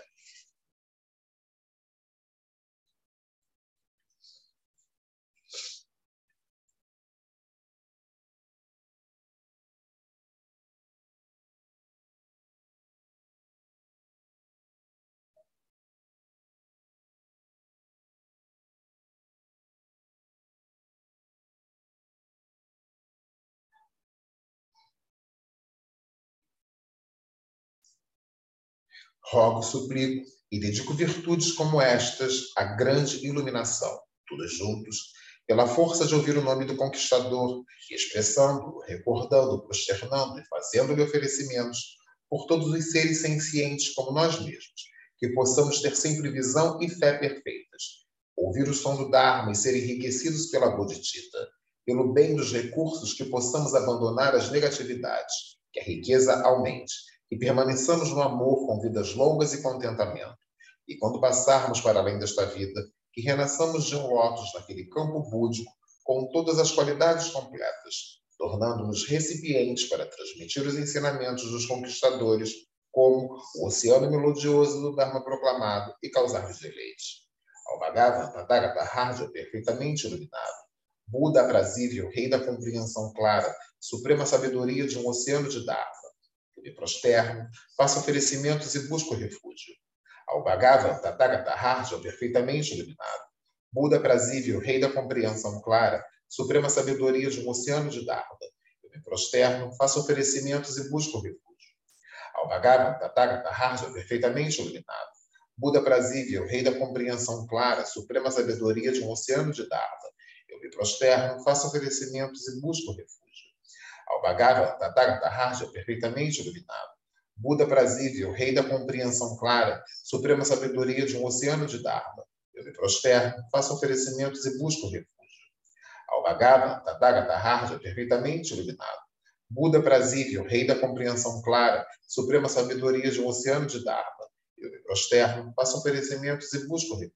Rogo, suplico e dedico virtudes como estas à grande iluminação, todos juntos, pela força de ouvir o nome do conquistador, expressando, recordando, prosternando e fazendo-lhe oferecimentos por todos os seres sencientes como nós mesmos, que possamos ter sempre visão e fé perfeitas, ouvir o som do Dharma e ser enriquecidos pela Bodhicitta, pelo bem dos recursos que possamos abandonar as negatividades, que a riqueza aumente, e permaneçamos no amor com vidas longas e contentamento. E quando passarmos para além desta vida, que renasçamos de um lótus naquele campo búdico com todas as qualidades completas, tornando-nos recipientes para transmitir os ensinamentos dos conquistadores, como o oceano melodioso do Dharma proclamado e causar-lhes deleite. Ao Bhagavan Tathagata Raja, perfeitamente iluminado, Buda aprazível, rei da compreensão clara, suprema sabedoria de um oceano de Dharma, eu me prosterno, faço oferecimentos e busco refúgio. Ao Bhagavan Tathagata Raja, perfeitamente iluminado, Buda aprazível, rei da compreensão clara, suprema sabedoria de um oceano de Dharma, eu me prosterno, faço oferecimentos e busco refúgio. Ao Bhagavan Tathagata Raja, perfeitamente iluminado, Buda aprazível, rei da compreensão clara, suprema sabedoria de um oceano de Dharma, eu me prosterno, faço oferecimentos e busco refúgio. Ao Bhagavan Tathagata Raja, perfeitamente iluminado, Buda aprazível, rei da compreensão clara, suprema sabedoria de um oceano de Dharma, eu me prosterno, faço oferecimentos e busco refúgio. Ao Bhagavan Tathagata Raja, perfeitamente iluminado, Buda aprazível, rei da compreensão clara, suprema sabedoria de um oceano de Dharma, eu me prosterno, faço oferecimentos e busco refúgio.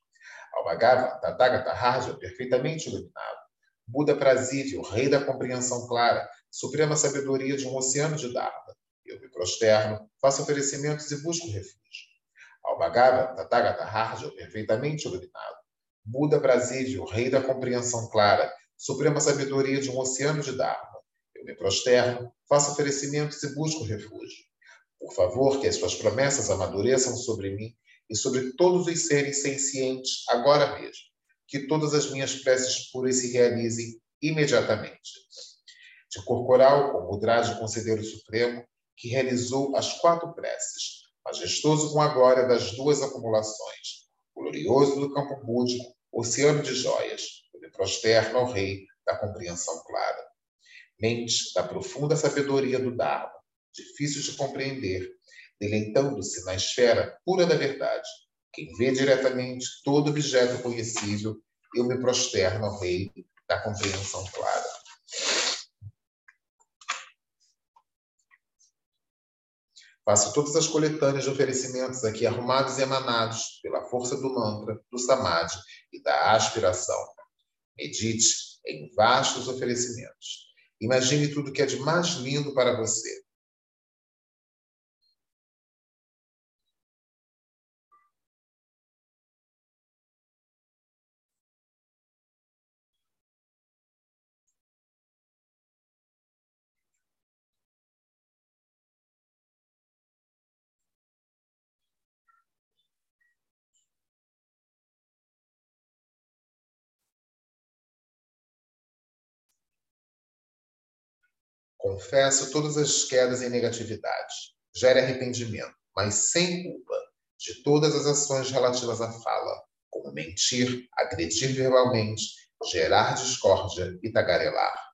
Ao Bhagavan Tathagata Raja, perfeitamente iluminado, Buda aprazível, rei da compreensão clara, suprema sabedoria de um oceano de Dharma, eu me prosterno, faço oferecimentos e busco refúgio. Ao Bhagavan Tathagata Raja, perfeitamente iluminado, Buda aprazível, rei da compreensão clara, suprema sabedoria de um oceano de Dharma, eu me prosterno, faço oferecimentos e busco refúgio. Por favor, que as suas promessas amadureçam sobre mim e sobre todos os seres sencientes agora mesmo, que todas as minhas preces puras se realizem imediatamente. De cor coral, com mudra de Conselheiro Supremo, que realizou as quatro preces, majestoso com a glória das duas acumulações, glorioso do campo búdico, oceano de joias, eu me prosterno ao Rei da compreensão clara. Mente da profunda sabedoria do Dharma, difícil de compreender, deleitando-se na esfera pura da verdade, quem vê diretamente todo objeto conhecível, eu me prosterno ao Rei da compreensão clara. Faço todas as coletâneas de oferecimentos aqui arrumados e emanados pela força do mantra, do samadhi e da aspiração. Medite em vastos oferecimentos. Imagine tudo que é de mais lindo para você. Confesso todas as quedas em negatividade. Gere arrependimento, mas sem culpa, de todas as ações relativas à fala, como mentir, agredir verbalmente, gerar discórdia e tagarelar.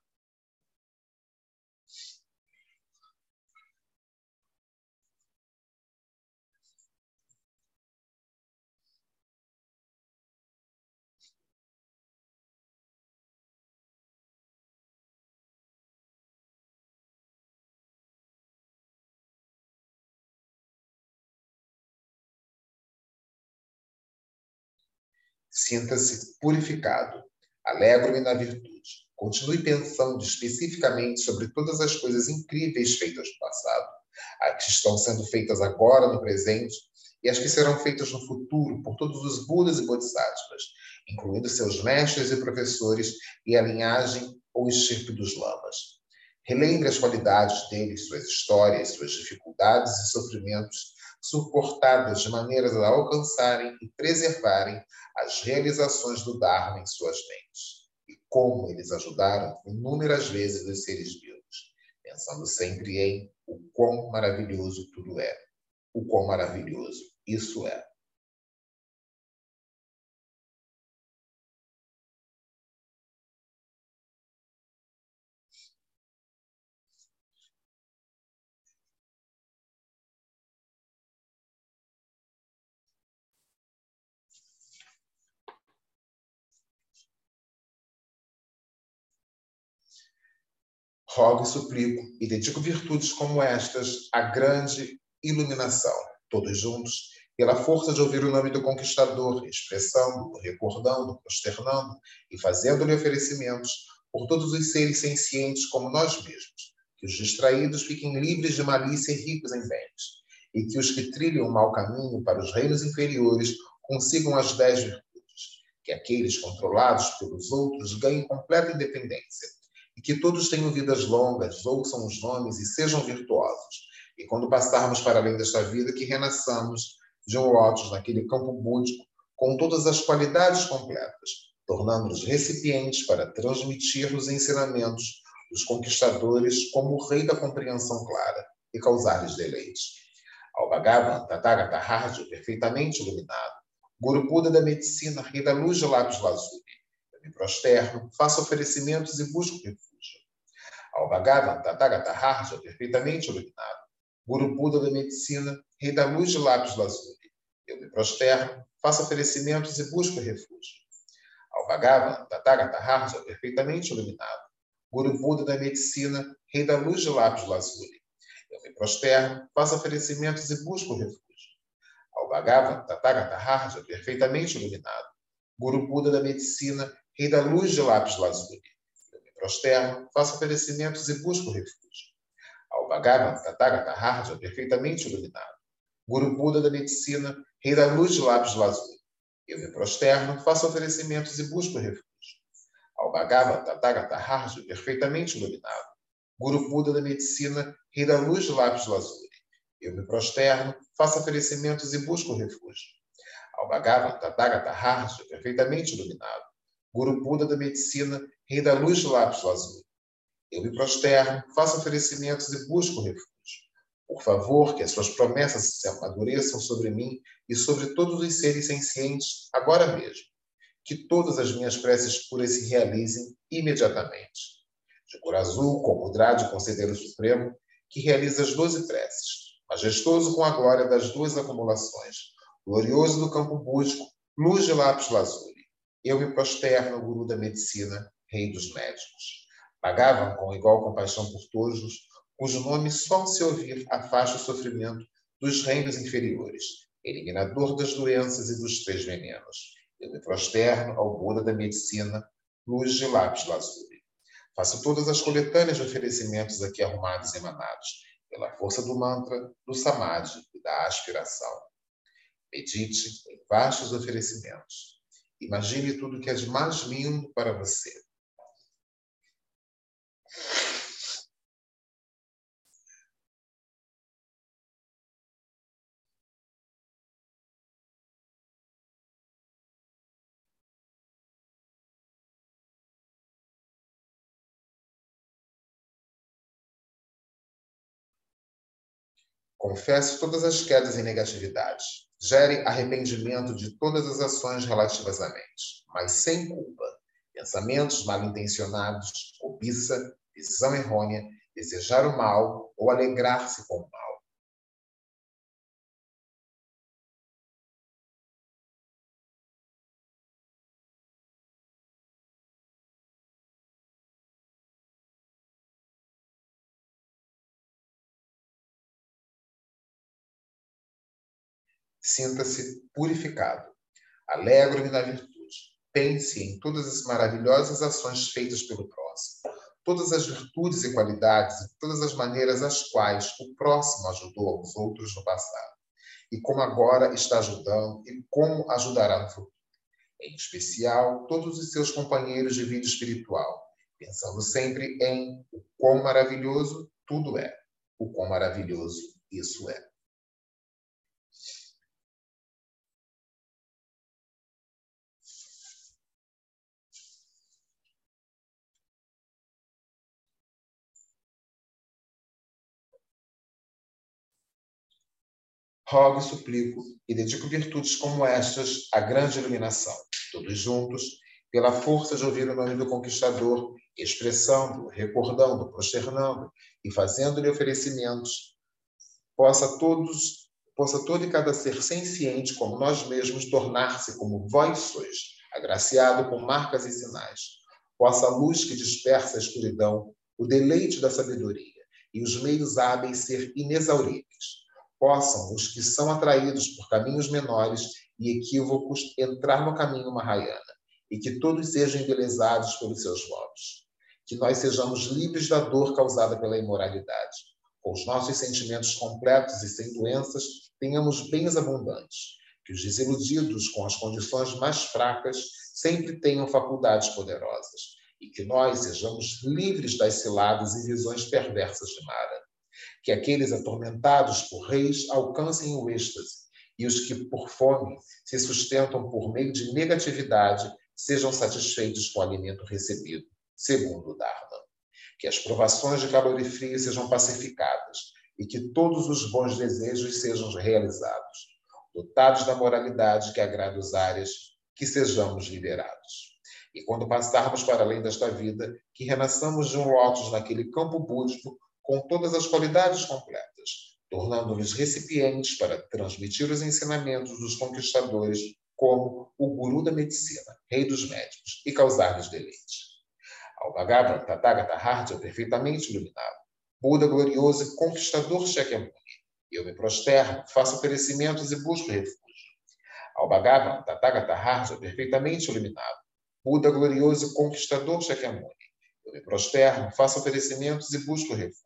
Sinta-se purificado. Alegro-me na virtude. Continue pensando especificamente sobre todas as coisas incríveis feitas no passado, as que estão sendo feitas agora no presente e as que serão feitas no futuro por todos os Budas e Bodhisattvas, incluindo seus mestres e professores e a linhagem ou estirpe dos lamas. Relembre as qualidades deles, suas histórias, suas dificuldades e sofrimentos, suportadas de maneiras a alcançarem e preservarem as realizações do Dharma em suas mentes, e como eles ajudaram inúmeras vezes os seres vivos, pensando sempre em o quão maravilhoso tudo é. o quão maravilhoso isso é. Rogo e suplico e dedico virtudes como estas à grande iluminação, todos juntos, pela força de ouvir o nome do conquistador, expressando, recordando, prosternando e fazendo-lhe oferecimentos por todos os seres sencientes como nós mesmos, que os distraídos fiquem livres de malícia e ricos em bens, e que os que trilham o mau caminho para os reinos inferiores consigam as dez virtudes, que aqueles controlados pelos outros ganhem completa independência, e que todos tenham vidas longas, ouçam os nomes e sejam virtuosos. E quando passarmos para além desta vida, que renasçamos de um lótus naquele campo búdico, com todas as qualidades completas, tornando-nos recipientes para transmitir os ensinamentos dos conquistadores como o rei da compreensão clara e causar-lhes deleite. Ao Bhagavan Tathagata Harja, perfeitamente iluminado, Guru Buda da medicina, rei da luz de lápis lazuli, eu me prosterno, faço oferecimentos e busco refúgio. Ao Bhagavan Tathagata Harja, perfeitamente iluminado, Guru Buda da medicina, rei da luz de lápis lazuli, eu me prosterno, faço oferecimentos e busco refúgio. Ao Bhagavan Tathagata Harja, perfeitamente iluminado, Guru Buda da medicina, rei da luz de lápis lazuli, eu me prosterno, faço oferecimentos e busco refúgio. Ao Bhagavan Tathagata Harja, perfeitamente iluminado, Guru Buda da medicina, rei da luz de lápis lazuli, eu me prosterno, faço oferecimentos e busco refúgio. Ao Bhagavan Tathagata Harja, perfeitamente iluminado, Guru Buda da medicina, rei da luz de lápis lazuli, eu me prosterno, faço oferecimentos e busco refúgio. Ao Bhagavan Tathagata Harja, perfeitamente iluminado, Guru Buda da medicina, rei da luz de lápis lazuli, eu me prosterno, faço oferecimentos e busco refúgio. Ao Bhagavan Tathagata Harja, perfeitamente iluminado, Guru Buda da medicina, rei da luz de lápis lazuli, eu me prosterno, faço oferecimentos e busco refúgio. Por favor, que as suas promessas se amadureçam sobre mim e sobre todos os seres sencientes agora mesmo. Que todas as minhas preces puras se realizem imediatamente. De cor azul, como o Drade Conselheiro Supremo, que realiza as doze preces, majestoso com a glória das duas acumulações, glorioso do campo búdico, luz de lápis lazuli, eu me prosterno ao Guru da medicina, rei dos médicos. Bhagavan, com igual compaixão por todos, cujo nome só ao se ouvir afasta o sofrimento dos reinos inferiores, eliminador das doenças e dos três venenos. Eu me prosterno ao Buda da medicina, luz de lápis lazuli. Faço todas as coletâneas de oferecimentos aqui arrumados e emanados, pela força do mantra, do samadhi e da aspiração. Medite em vastos oferecimentos. Imagine tudo que é de mais lindo para você. Confesse todas as quedas e negatividades. Gere arrependimento de todas as ações relativas à mente, mas sem culpa. Pensamentos mal intencionados, cobiça, visão errônea, desejar o mal ou alegrar-se com o mal. Sinta-se purificado. Alegro-me na virtude. Pense em todas as maravilhosas ações feitas pelo próximo, todas as virtudes e qualidades e todas as maneiras às quais o próximo ajudou aos outros no passado, e como agora está ajudando e como ajudará no futuro. Em especial, todos os seus companheiros de vida espiritual, pensando sempre em o quão maravilhoso tudo é, o quão maravilhoso isso é. Rogo e suplico e dedico virtudes como estas à grande iluminação, todos juntos, pela força de ouvir o nome do Conquistador, expressando, recordando, prosternando e fazendo-lhe oferecimentos, possa todos, possa todo e cada ser senciente como nós mesmos tornar-se como vós sois, agraciado com marcas e sinais. Possa a luz que dispersa a escuridão, o deleite da sabedoria e os meios hábeis ser inexauríveis. Possam os que são atraídos por caminhos menores e equívocos entrar no caminho Mahayana, e que todos sejam embelezados pelos seus votos. Que nós sejamos livres da dor causada pela imoralidade. Com os nossos sentimentos completos e sem doenças, tenhamos bens abundantes. Que os desiludidos com as condições mais fracas sempre tenham faculdades poderosas. E que nós sejamos livres das ciladas e visões perversas de Mara. Que aqueles atormentados por reis alcancem o êxtase, e os que, por fome, se sustentam por meio de negatividade, sejam satisfeitos com o alimento recebido, segundo o Dharma. Que as provações de calor e frio sejam pacificadas, e que todos os bons desejos sejam realizados. Dotados da moralidade que agrada os áreas, que sejamos liberados. E quando passarmos para além desta vida, que renasçamos de um lótus naquele campo búdico, com todas as qualidades completas, tornando-nos recipientes para transmitir os ensinamentos dos conquistadores como o guru da medicina, rei dos médicos, e causar-lhes deleite. Ao Bhagavan Tathagata Harja, perfeitamente iluminado, Buda glorioso e conquistador Shakyamuni, eu me prosterno, faço oferecimentos e busco refúgio. Ao Bhagavan Tathagata Harja, perfeitamente iluminado, Buda glorioso e conquistador Shakyamuni, eu me prosterno, faço oferecimentos e busco refúgio.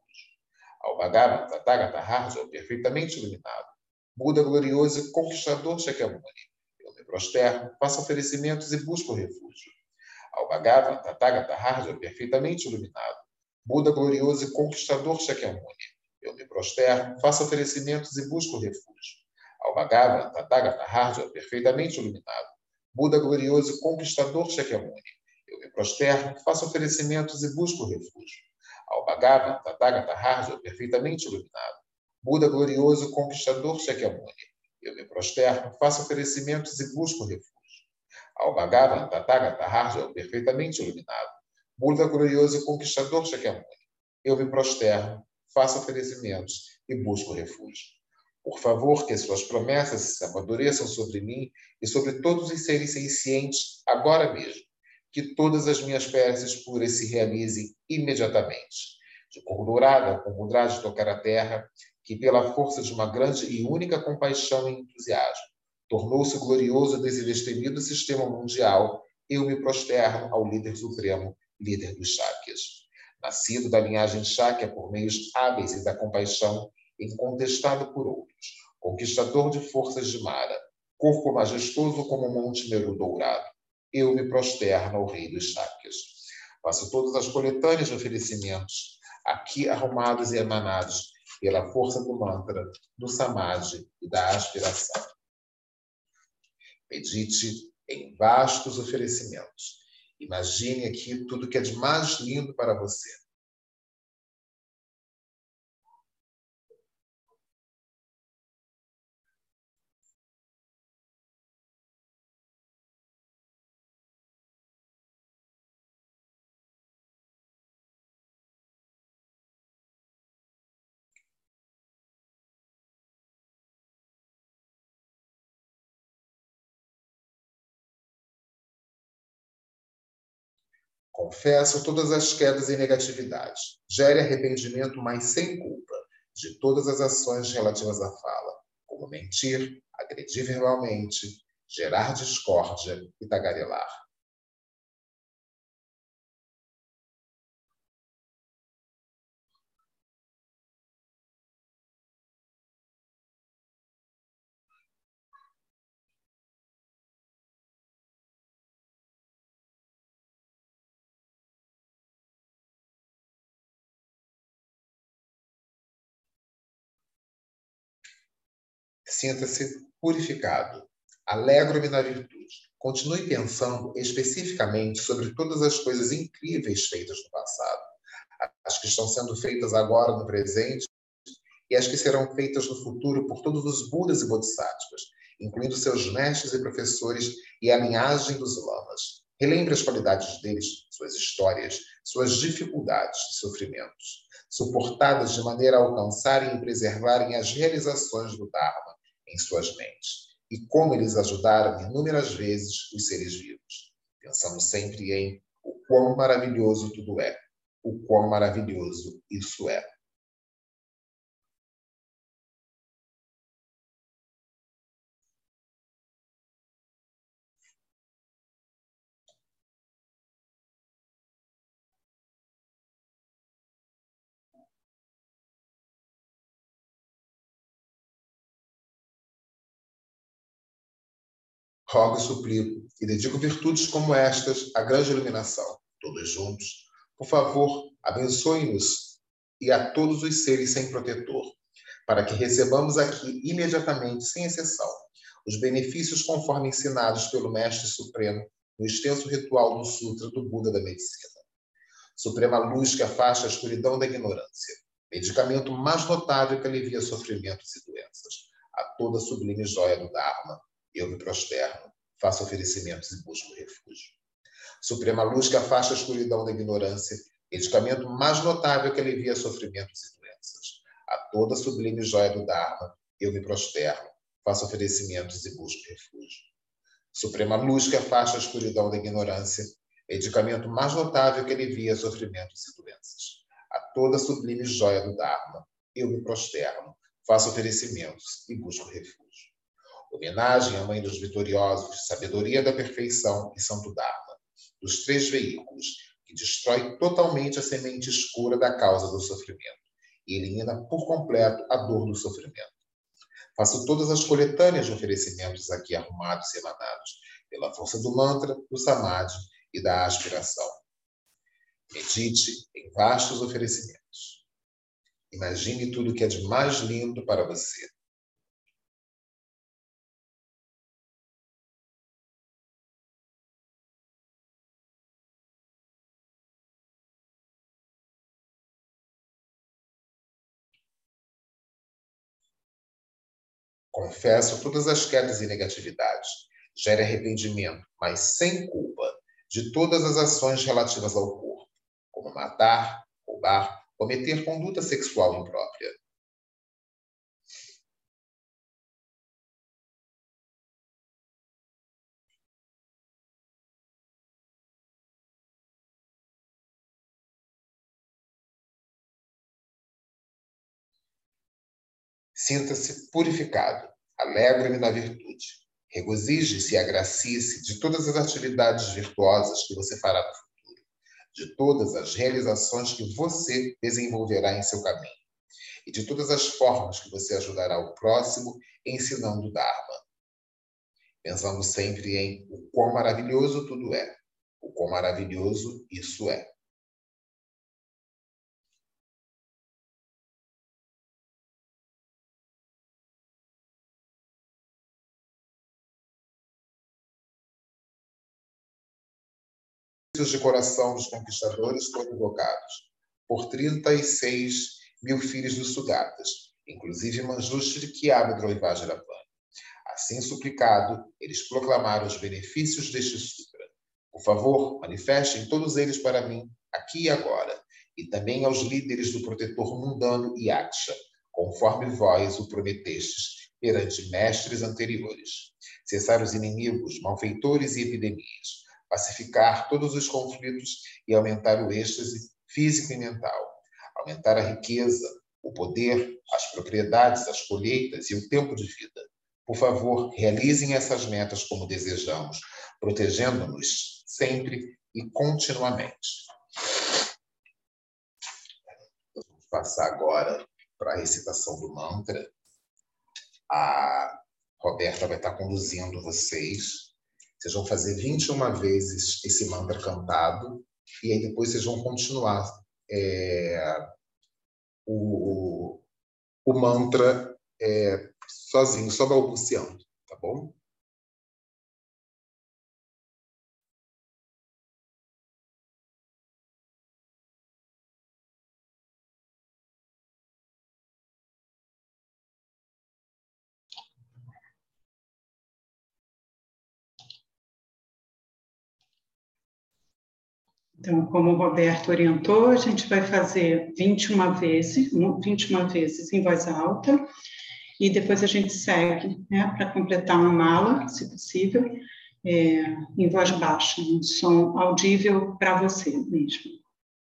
Ao Bhagavan Tathagata Harja, perfeitamente iluminado, Buda glorioso e conquistador Shakyamuni, eu me prosterno, faço oferecimentos e busco refúgio. Ao Bhagavan Tathagata Harja, perfeitamente iluminado, Buda glorioso e conquistador Shakyamuni, eu me prosterno, faço oferecimentos e busco refúgio. Ao Bhagavan Tathagata Harja, perfeitamente iluminado, Buda glorioso e conquistador Shakyamuni, eu me prosterno, faço oferecimentos e busco refúgio. Ao Bhagavan Tathagata Harja, perfeitamente iluminado, Buda glorioso e conquistador Shakyamuni, eu me prosterno, faço oferecimentos e busco refúgio. Ao Bhagavan Tathagata Harja, perfeitamente iluminado, Buda glorioso e conquistador Shakyamuni, eu me prosterno, faço oferecimentos e busco refúgio. Por favor, que suas promessas se amadureçam sobre mim e sobre todos os seres sencientes agora mesmo. Que todas as minhas preces puras se realizem imediatamente. De cor dourada, com mudra de tocar a terra, que pela força de uma grande e única compaixão e entusiasmo, tornou-se glorioso desse destemido sistema mundial, eu me prosterno ao líder supremo, líder dos Shakyas. Nascido da linhagem Shakya por meios hábeis e da compaixão, incontestado por outros, conquistador de forças de Mara, corpo majestoso como o Monte Meru dourado, eu me prosterno ao rei dos Shakyas. Faço todas as coletâneas de oferecimentos, aqui arrumados e emanados pela força do mantra, do samadhi e da aspiração. Medite em vastos oferecimentos. Imagine aqui tudo que é de mais lindo para você. Confesso todas as quedas e negatividades. Gere arrependimento, mas sem culpa, de todas as ações relativas à fala, como mentir, agredir verbalmente, gerar discórdia e tagarelar. Sinta-se purificado. Alegro-me na virtude. Continue pensando especificamente sobre todas as coisas incríveis feitas no passado, as que estão sendo feitas agora no presente e as que serão feitas no futuro por todos os Budas e Bodhisattvas, incluindo seus mestres e professores e a linhagem dos lamas. Relembre as qualidades deles, suas histórias, suas dificuldades e sofrimentos, suportadas de maneira a alcançarem e preservarem as realizações do Dharma em suas mentes, e como eles ajudaram inúmeras vezes os seres vivos, pensando sempre em o quão maravilhoso tudo é, o quão maravilhoso isso é. Rogo e suplico, e dedico virtudes como estas à grande iluminação, todos juntos. Por favor, abençoe-nos e a todos os seres sem protetor, para que recebamos aqui, imediatamente, sem exceção, os benefícios conforme ensinados pelo Mestre Supremo no extenso ritual do Sutra do Buda da Medicina. Suprema luz que afasta a escuridão da ignorância, medicamento mais notável que alivia sofrimentos e doenças, a toda sublime joia do Dharma, eu me prosterno, faço oferecimentos e busco refúgio. Suprema luz que afasta a escuridão da ignorância, medicamento mais notável que alivia sofrimentos e doenças, a toda sublime joia do Dharma, eu me prosterno, faço oferecimentos e busco refúgio. Suprema luz que afasta a escuridão da ignorância, medicamento mais notável que alivia sofrimentos e doenças, a toda sublime joia do Dharma, eu me prosterno, faço oferecimentos e busco refúgio. Homenagem à Mãe dos Vitoriosos, sabedoria da perfeição e santo Dharma, dos três veículos, que destrói totalmente a semente escura da causa do sofrimento e elimina por completo a dor do sofrimento. Faço todas as coletâneas de oferecimentos aqui arrumados e emanados pela força do mantra, do samadhi e da aspiração. Medite em vastos oferecimentos. Imagine tudo o que é de mais lindo para você. Confesso todas as quedas e negatividades. Gere arrependimento, mas sem culpa, de todas as ações relativas ao corpo, como matar, roubar, cometer conduta sexual imprópria. Sinta-se purificado, alegre-me na virtude. Regozije-se e agracie-se de todas as atividades virtuosas que você fará no futuro, de todas as realizações que você desenvolverá em seu caminho, e de todas as formas que você ajudará o próximo ensinando o Dharma, pensando sempre em o quão maravilhoso tudo é, o quão maravilhoso isso é. De coração dos conquistadores foram invocados por trinta e seis mil filhos dos Sugatas, inclusive Manjushri, Kyabedro e Vajrapani. Assim suplicado, eles proclamaram os benefícios deste sutra. Por favor, manifestem todos eles para mim, aqui e agora, e também aos líderes do protetor mundano Yaksha, conforme vós o prometestes perante mestres anteriores. Cessar os inimigos, malfeitores e epidemias, pacificar todos os conflitos e aumentar o êxtase físico e mental, aumentar a riqueza, o poder, as propriedades, as colheitas e o tempo de vida. Por favor, realizem essas metas como desejamos, protegendo-nos sempre e continuamente. Vamos passar agora para a recitação do mantra. A Roberta vai estar conduzindo vocês. Vocês vão fazer vinte e uma vezes esse mantra cantado, e aí depois vocês vão continuar é, o, o mantra é, sozinho, só balbuciando, tá bom? Então, como o Roberto orientou, a gente vai fazer vinte e uma vezes, vinte e uma vezes em voz alta, e depois a gente segue, né, para completar uma mala, se possível, é, em voz baixa, um som audível para você mesmo.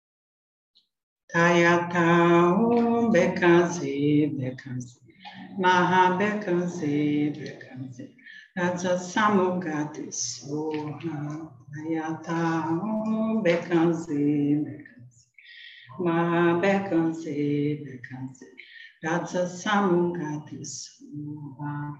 Tayata om bekaze bekaze maha bekaze bekaze raja samugati soha Tayata om bekaze bekaze maha bekaze bekaze raja samugati soha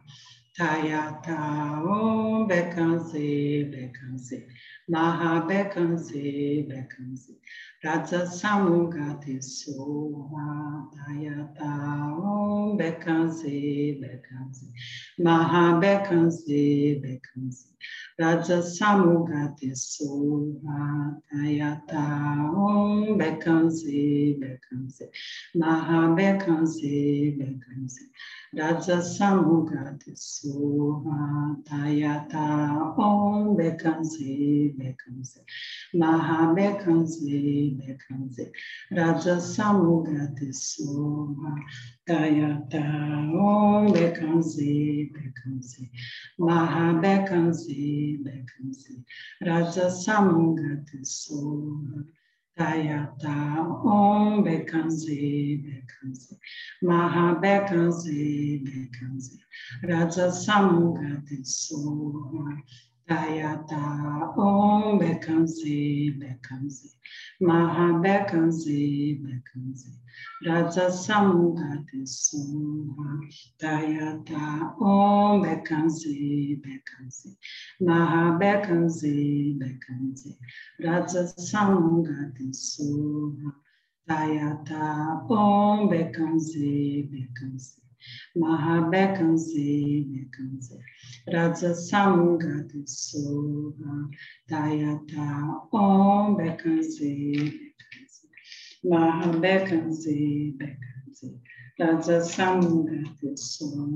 Tayata om bekaze bekaze maha bekaze bekaze Raja Samugati Soha Tayata Om Bekanze Bekanze Maha Bekanze Bekanze Raja Samugati Soha Tayata Om Bekanze Bekanze Maha Bekanze Bekanze Raja Samugati Soha Tayata Om Bekanze Bekanze Maha Bekanze Bekanze Raja Samugati Soha Tayata Om Bekanze Bekanze Maha Bekanze Bekanze Raja Samugati Soha Tayata Om Bekanze Bekanze Maha Bekanze Bekanze Raja Samugati Soha Tayata Om Bekanze Bekanze Maha Bekanze Bekanze Raja Samugati Soha Tayata Om Bekanze Bekanze Maha Bekanze Bekanze Raja Samugati Soha Tayata Om Bekanze Bekanze Maha Bekanze Bekanze Raja Samugati Soha Tayata Om Bekanze Bekanze Maha Bekanze Bekanze Raja Samugati Soha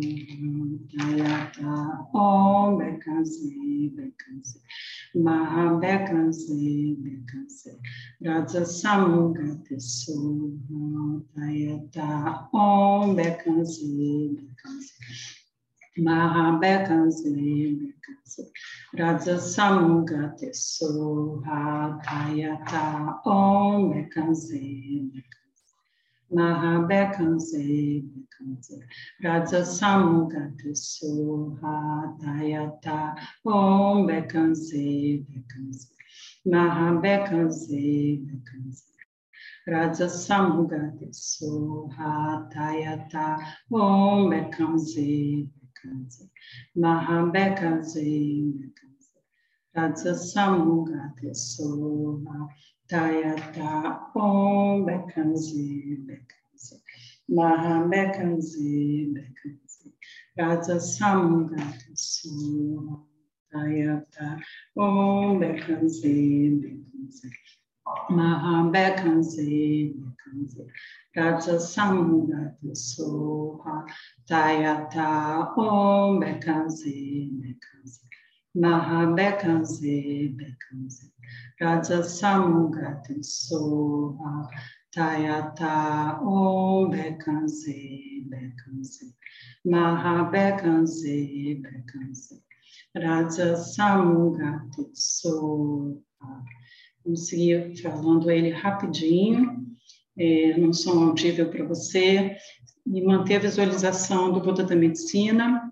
Tayata Om Bekanze Bekanze Maha Bekanze Bekanze Raja Samugati Soha Tayata Om Bekanze Bekanze Maha Bekanze Bekanze Raja Samugati Soha Tayata Om Bekanze Bekanze Maha Bekanze Bekanze Raja Samugati Soha Tayata Om Bekanze Bekanze Maha Bekanze Bekanze Raja Samugati Soha Tayata Om Bekanze Bekanze Maha Bekanze Bekanze Raja Samugati Soha Tayata Om Bekanze Bekanze Maha Bekanze Bekanze Raja Samugati Soha Tayata Om Bekanze Bekanze Maha Bekanze Bekanze Raja Samugati Soha Tayata Om Bekanze Bekanze Maha Bekanze Bekanze Raja Samugati Soha Tayata Om Bekanze Bekanze Maha Bekanze Bekanze Raja Samugati Soha. Vamos seguir falando ele rapidinho, é, num som audível para você, e manter a visualização do Buda da Medicina,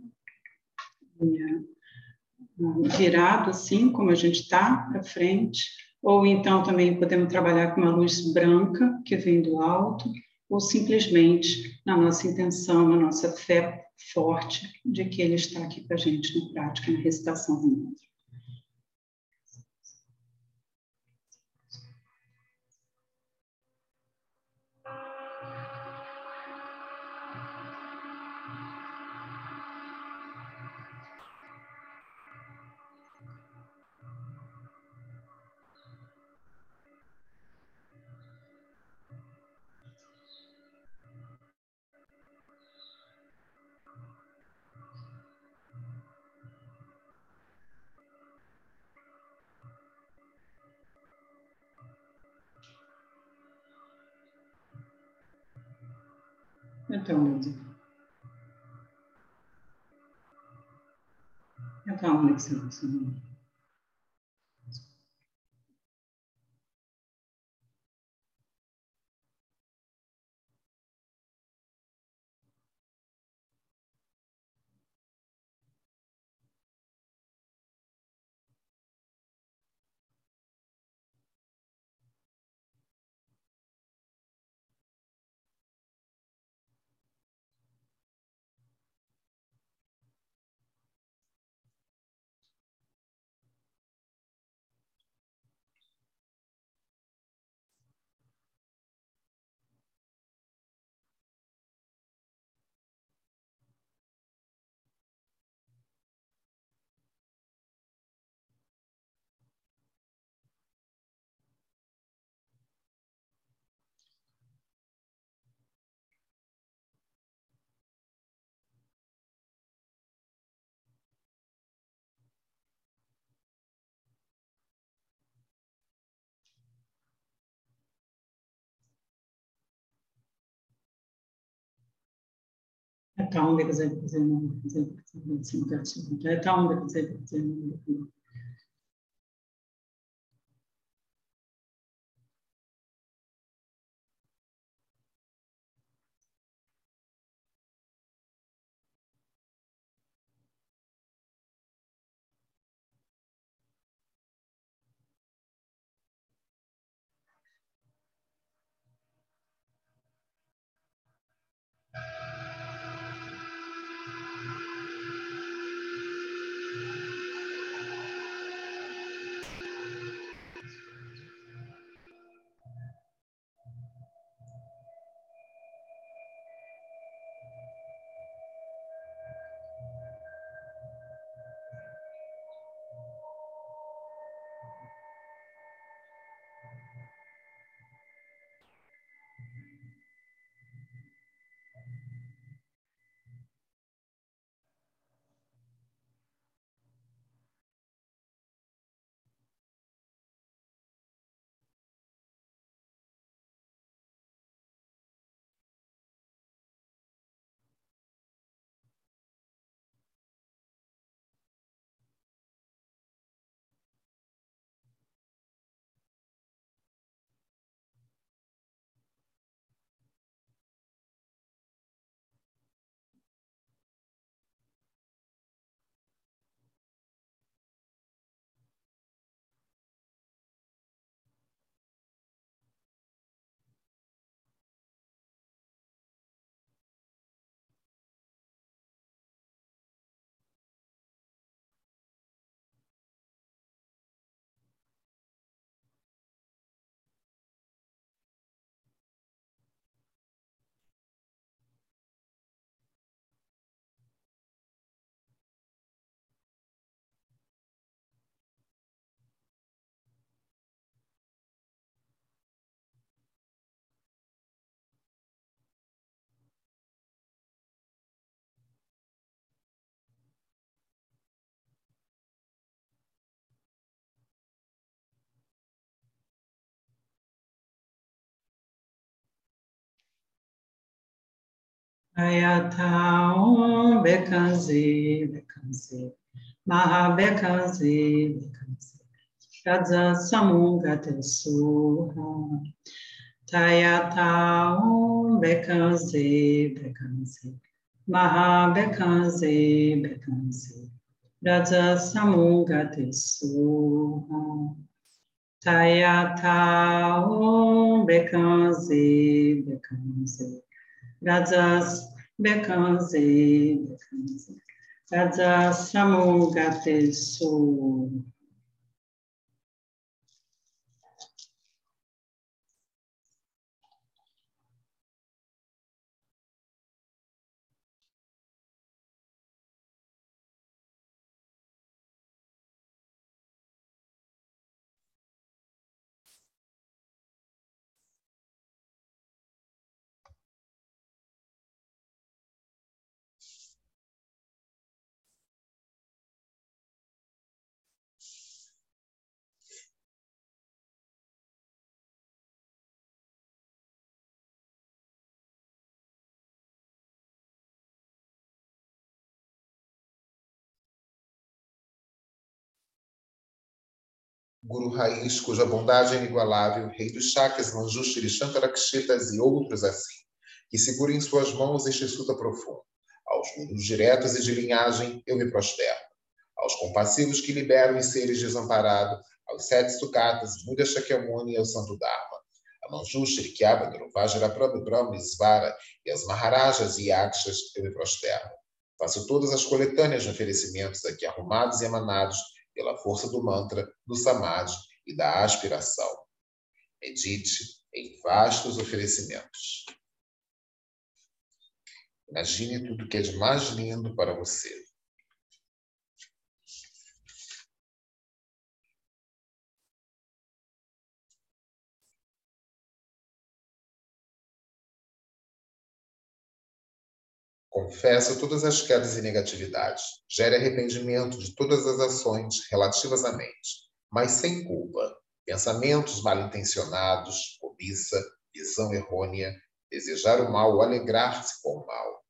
é, virado assim, como a gente está, para frente, ou então também podemos trabalhar com uma luz branca, que vem do alto, ou simplesmente na nossa intenção, na nossa fé forte de que ele está aqui com a gente na prática, na recitação do mantra. Então, música. Então, música. Então, quer dizer, quer dizer, não, quer dizer, quer dizer, quer dizer, então, quer dizer, quer dizer, não. Ayata Om Bekanze, Bekanze, Maha Bekanze, Bekanze, Raja Samungate Suha, Tayata Om Bekanze, Bekanze, Maha Bekanze, Bekanze, Raja Samungate Suha, Tayata Om Bekanze, Bekanze, Rajas Bekanze, Bekanze, Rajas Samungate Su. Guru Raiz, cuja bondade é inigualável, rei dos Shakyas, Manjushri, Shantarakshitas e outros assim, que segurem em suas mãos este sutra profundo. Aos gurus diretos e de linhagem, eu me prosterno. Aos compassivos que liberam os seres desamparados, aos sete sukatas, Buda Shakyamuni e ao Santo Dharma. A Manjushri, Kyabadru, Vajraprabhu, Brahma, Svara e aos Maharajas e Yakshas, eu me prosterno. Faço todas as coletâneas de oferecimentos aqui arrumados e emanados pela força do mantra, do samadhi e da aspiração. Medite em vastos oferecimentos. Imagine tudo que é de mais lindo para você. Confessa todas as quedas e negatividades. Gere arrependimento de todas as ações relativas à mente, mas sem culpa. Pensamentos mal intencionados, cobiça, visão errônea, desejar o mal ou alegrar-se com o mal.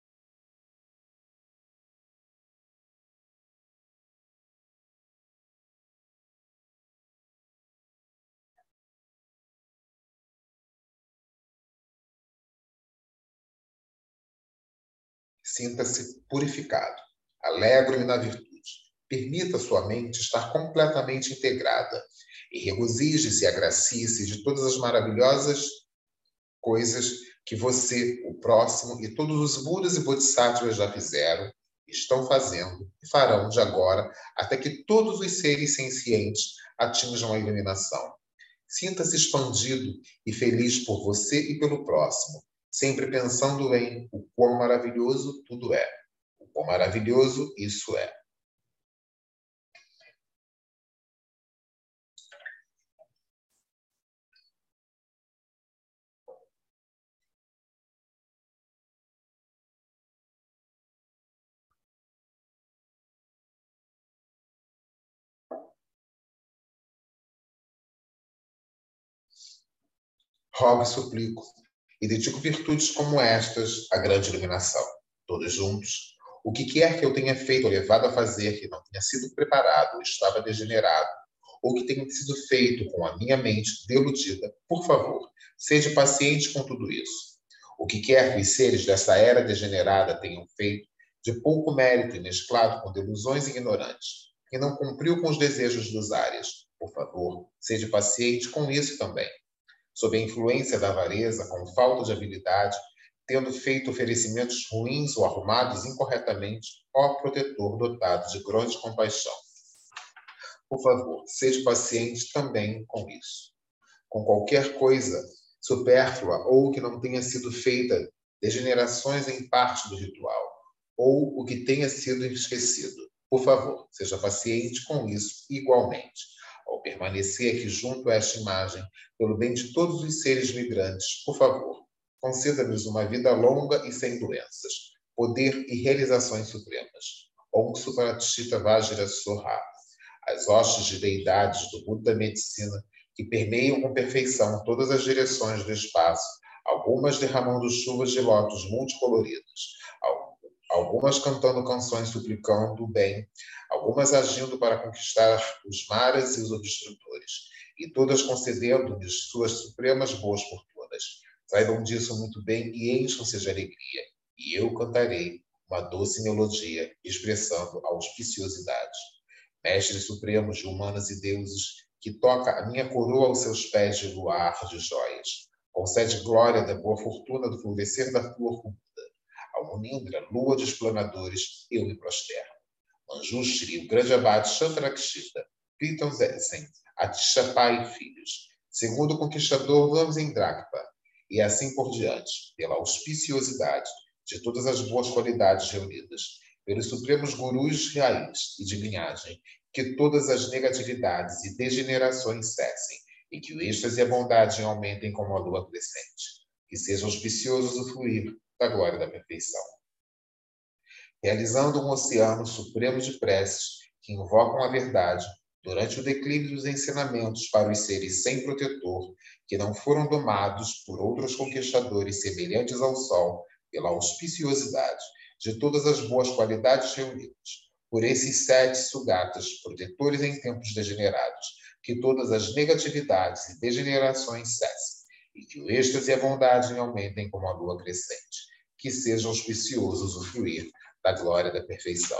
Sinta-se purificado. Alegro-me na virtude. Permita sua mente estar completamente integrada e regozije-se e agracie-se de todas as maravilhosas coisas que você, o próximo e todos os Budas e Bodhisattvas já fizeram, estão fazendo e farão de agora até que todos os seres sencientes atinjam a iluminação. Sinta-se expandido e feliz por você e pelo próximo, sempre pensando em o quão maravilhoso tudo é. O quão maravilhoso isso é. Rogo e suplico, e dedico virtudes como estas à grande iluminação. Todos juntos, o que quer que eu tenha feito ou levado a fazer que não tenha sido preparado ou estava degenerado, ou que tenha sido feito com a minha mente deludida, por favor, seja paciente com tudo isso. O que quer que os seres dessa era degenerada tenham feito, de pouco mérito e mesclado com delusões ignorantes, que não cumpriu com os desejos dos áreas, por favor, seja paciente com isso também. Sob a influência da avareza, com falta de habilidade, tendo feito oferecimentos ruins ou arrumados incorretamente, ó protetor dotado de grande compaixão. Por favor, seja paciente também com isso. Com qualquer coisa supérflua ou que não tenha sido feita degenerações em parte do ritual, ou o que tenha sido esquecido. Por favor, seja paciente com isso igualmente. Ao permanecer aqui junto a esta imagem, pelo bem de todos os seres migrantes, por favor, conceda-nos uma vida longa e sem doenças, poder e realizações supremas. Om Supratishita Vajra Soha. As hostes de deidades do Buda da Medicina que permeiam com perfeição todas as direções do espaço, algumas derramando chuvas de lótus multicoloridas, algumas cantando canções suplicando o bem, algumas agindo para conquistar os mares e os obstrutores, e todas concedendo-lhes suas supremas boas fortunas. Saibam disso muito bem e encham-se de alegria, e eu cantarei uma doce melodia expressando a auspiciosidade. Mestres supremos de humanos e deuses, que toca a minha coroa aos seus pés de luar de joias, concede glória da boa fortuna do florescer da flor com Buda. Ao Munindra, lua de explanadores, eu me prosterno. Manjushri, o grande abade Shantrakshita, Pritam Zen, Atishapai e filhos, segundo o conquistador Lamzendrakpa, e assim por diante, pela auspiciosidade de todas as boas qualidades reunidas, pelos supremos gurus reais e de linhagem, que todas as negatividades e degenerações cessem, e que o êxtase e a bondade aumentem como a lua crescente, que seja auspicioso o fluir da glória da perfeição. Realizando um oceano supremo de preces que invocam a verdade, durante o declínio dos ensinamentos para os seres sem protetor, que não foram domados por outros conquistadores semelhantes ao sol, pela auspiciosidade de todas as boas qualidades reunidas, por esses sete sugatas, protetores em tempos degenerados, que todas as negatividades e degenerações cessem, e que o êxtase e a bondade aumentem como a lua crescente, que seja auspicioso usufruir da glória da perfeição.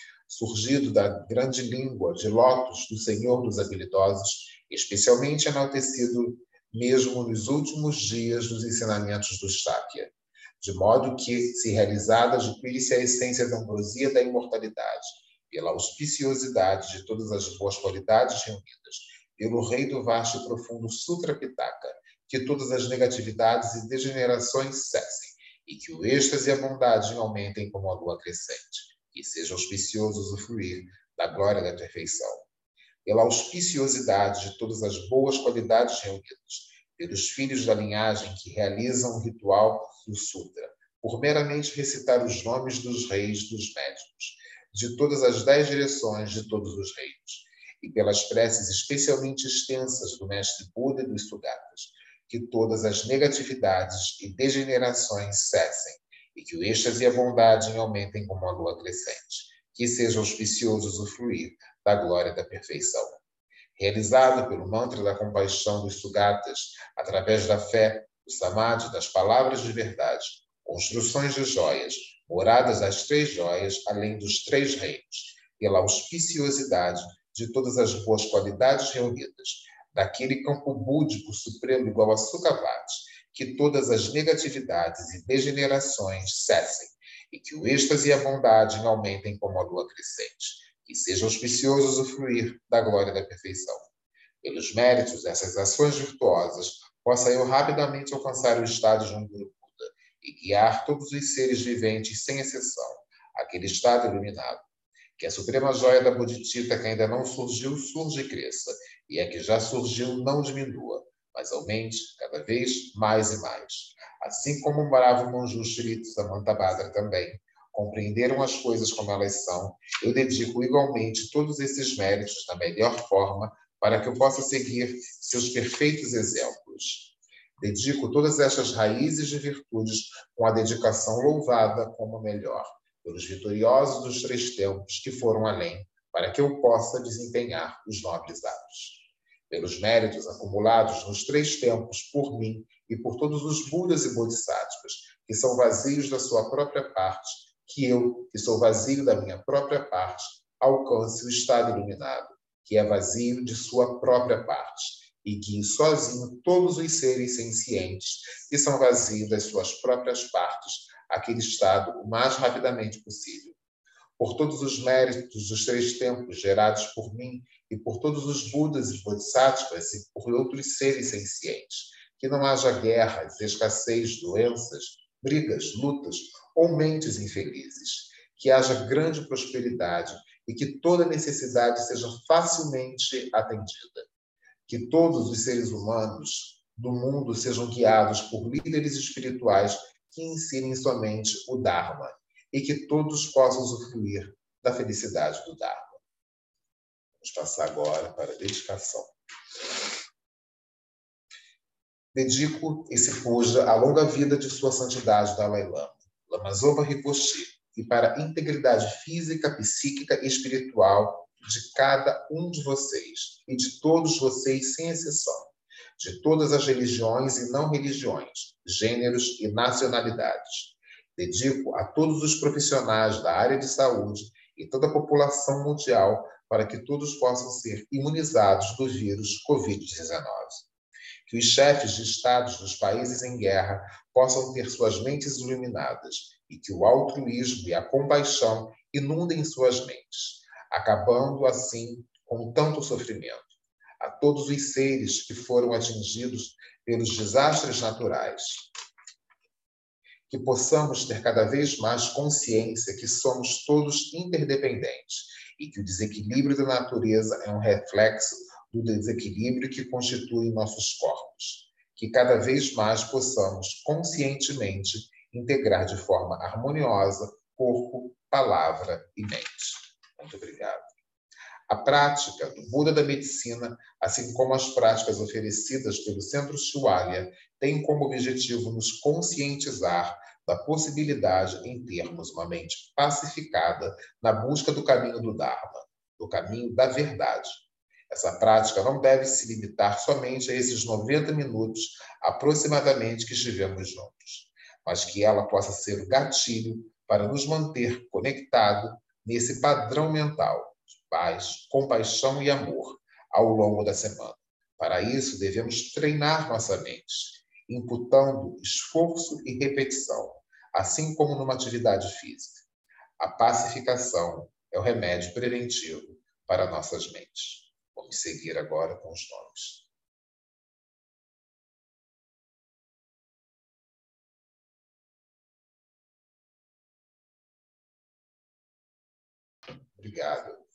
Surgido da grande língua de lótus do Senhor dos habilidosos, especialmente enaltecido mesmo nos últimos dias dos ensinamentos do Shakya, de modo que, se realizada, adquire-se a essência da ambrosia da imortalidade, pela auspiciosidade de todas as boas qualidades reunidas, pelo rei do vasto e profundo Sutra Pitaka, que todas as negatividades e degenerações cessem, e que o êxtase e a bondade aumentem como a lua crescente, que seja auspicioso usufruir da glória da perfeição. Pela auspiciosidade de todas as boas qualidades reunidas, pelos filhos da linhagem que realizam o ritual do Sutra, por meramente recitar os nomes dos reis dos médicos, de todas as dez direções de todos os reinos, e pelas preces especialmente extensas do mestre Buda e dos Sugatas, que todas as negatividades e degenerações cessem, e que o êxtase e a bondade aumentem como a lua crescente, que seja auspicioso usufruir da glória da perfeição. Realizado pelo mantra da compaixão dos Sugatas, através da fé, do samadhi, das palavras de verdade, construções de joias, moradas das três joias, além dos três reinos, pela auspiciosidade de todas as boas qualidades reunidas, daquele campo búdico supremo igual a Sukhavati, que todas as negatividades e degenerações cessem, e que o êxtase e a bondade aumentem como a lua crescente, que seja auspicioso usufruir da glória da perfeição. Pelos méritos dessas ações virtuosas, possa eu rapidamente alcançar o estado de um Guru Buda e guiar todos os seres viventes, sem exceção, àquele estado iluminado. Que a suprema joia da Bodhicitta, que ainda não surgiu, surja e cresça, e a que já surgiu não diminua, mas aumente cada vez mais e mais. Assim como o bravo Manju Shri Samantabhadra também compreenderam as coisas como elas são, eu dedico igualmente todos esses méritos da melhor forma para que eu possa seguir seus perfeitos exemplos. Dedico todas estas raízes de virtudes com a dedicação louvada como a melhor, pelos vitoriosos dos três tempos que foram além, para que eu possa desempenhar os nobres atos. Pelos méritos acumulados nos três tempos por mim e por todos os Budas e Bodhisattvas, que são vazios da sua própria parte, que eu, que sou vazio da minha própria parte, alcance o estado iluminado, que é vazio de sua própria parte, e guie sozinho todos os seres sencientes, que são vazios das suas próprias partes, àquele estado o mais rapidamente possível. Por todos os méritos dos três tempos gerados por mim e por todos os Budas e Bodhisattvas e por outros seres sencientes, que não haja guerras, escassez, doenças, brigas, lutas ou mentes infelizes, que haja grande prosperidade e que toda necessidade seja facilmente atendida, que todos os seres humanos do mundo sejam guiados por líderes espirituais que ensinem somente o Dharma e que todos possam usufruir da felicidade do Dharma. Vamos passar agora para a dedicação. Dedico esse puja à longa vida de sua santidade Dalai Lama, Lama Zopa Rinpoche, e para a integridade física, psíquica e espiritual de cada um de vocês e de todos vocês, sem exceção, de todas as religiões e não religiões, gêneros e nacionalidades. Dedico a todos os profissionais da área de saúde e toda a população mundial para que todos possam ser imunizados do vírus covid dezenove. Que os chefes de estados dos países em guerra possam ter suas mentes iluminadas e que o altruísmo e a compaixão inundem suas mentes, acabando assim com tanto sofrimento. A todos os seres que foram atingidos pelos desastres naturais, que possamos ter cada vez mais consciência que somos todos interdependentes e que o desequilíbrio da natureza é um reflexo do desequilíbrio que constitui nossos corpos. Que cada vez mais possamos conscientemente integrar de forma harmoniosa corpo, palavra e mente. Muito obrigado. A prática do Buda da Medicina, assim como as práticas oferecidas pelo Centro Shivalya, tem como objetivo nos conscientizar da possibilidade em termos uma mente pacificada na busca do caminho do Dharma, do caminho da verdade. Essa prática não deve se limitar somente a esses noventa minutos aproximadamente que estivemos juntos, mas que ela possa ser o gatilho para nos manter conectados nesse padrão mental de paz, compaixão e amor ao longo da semana. Para isso, devemos treinar nossa mente, imputando esforço e repetição, assim como numa atividade física. A pacificação é o remédio preventivo para nossas mentes. Vamos seguir agora com os nomes. Obrigado.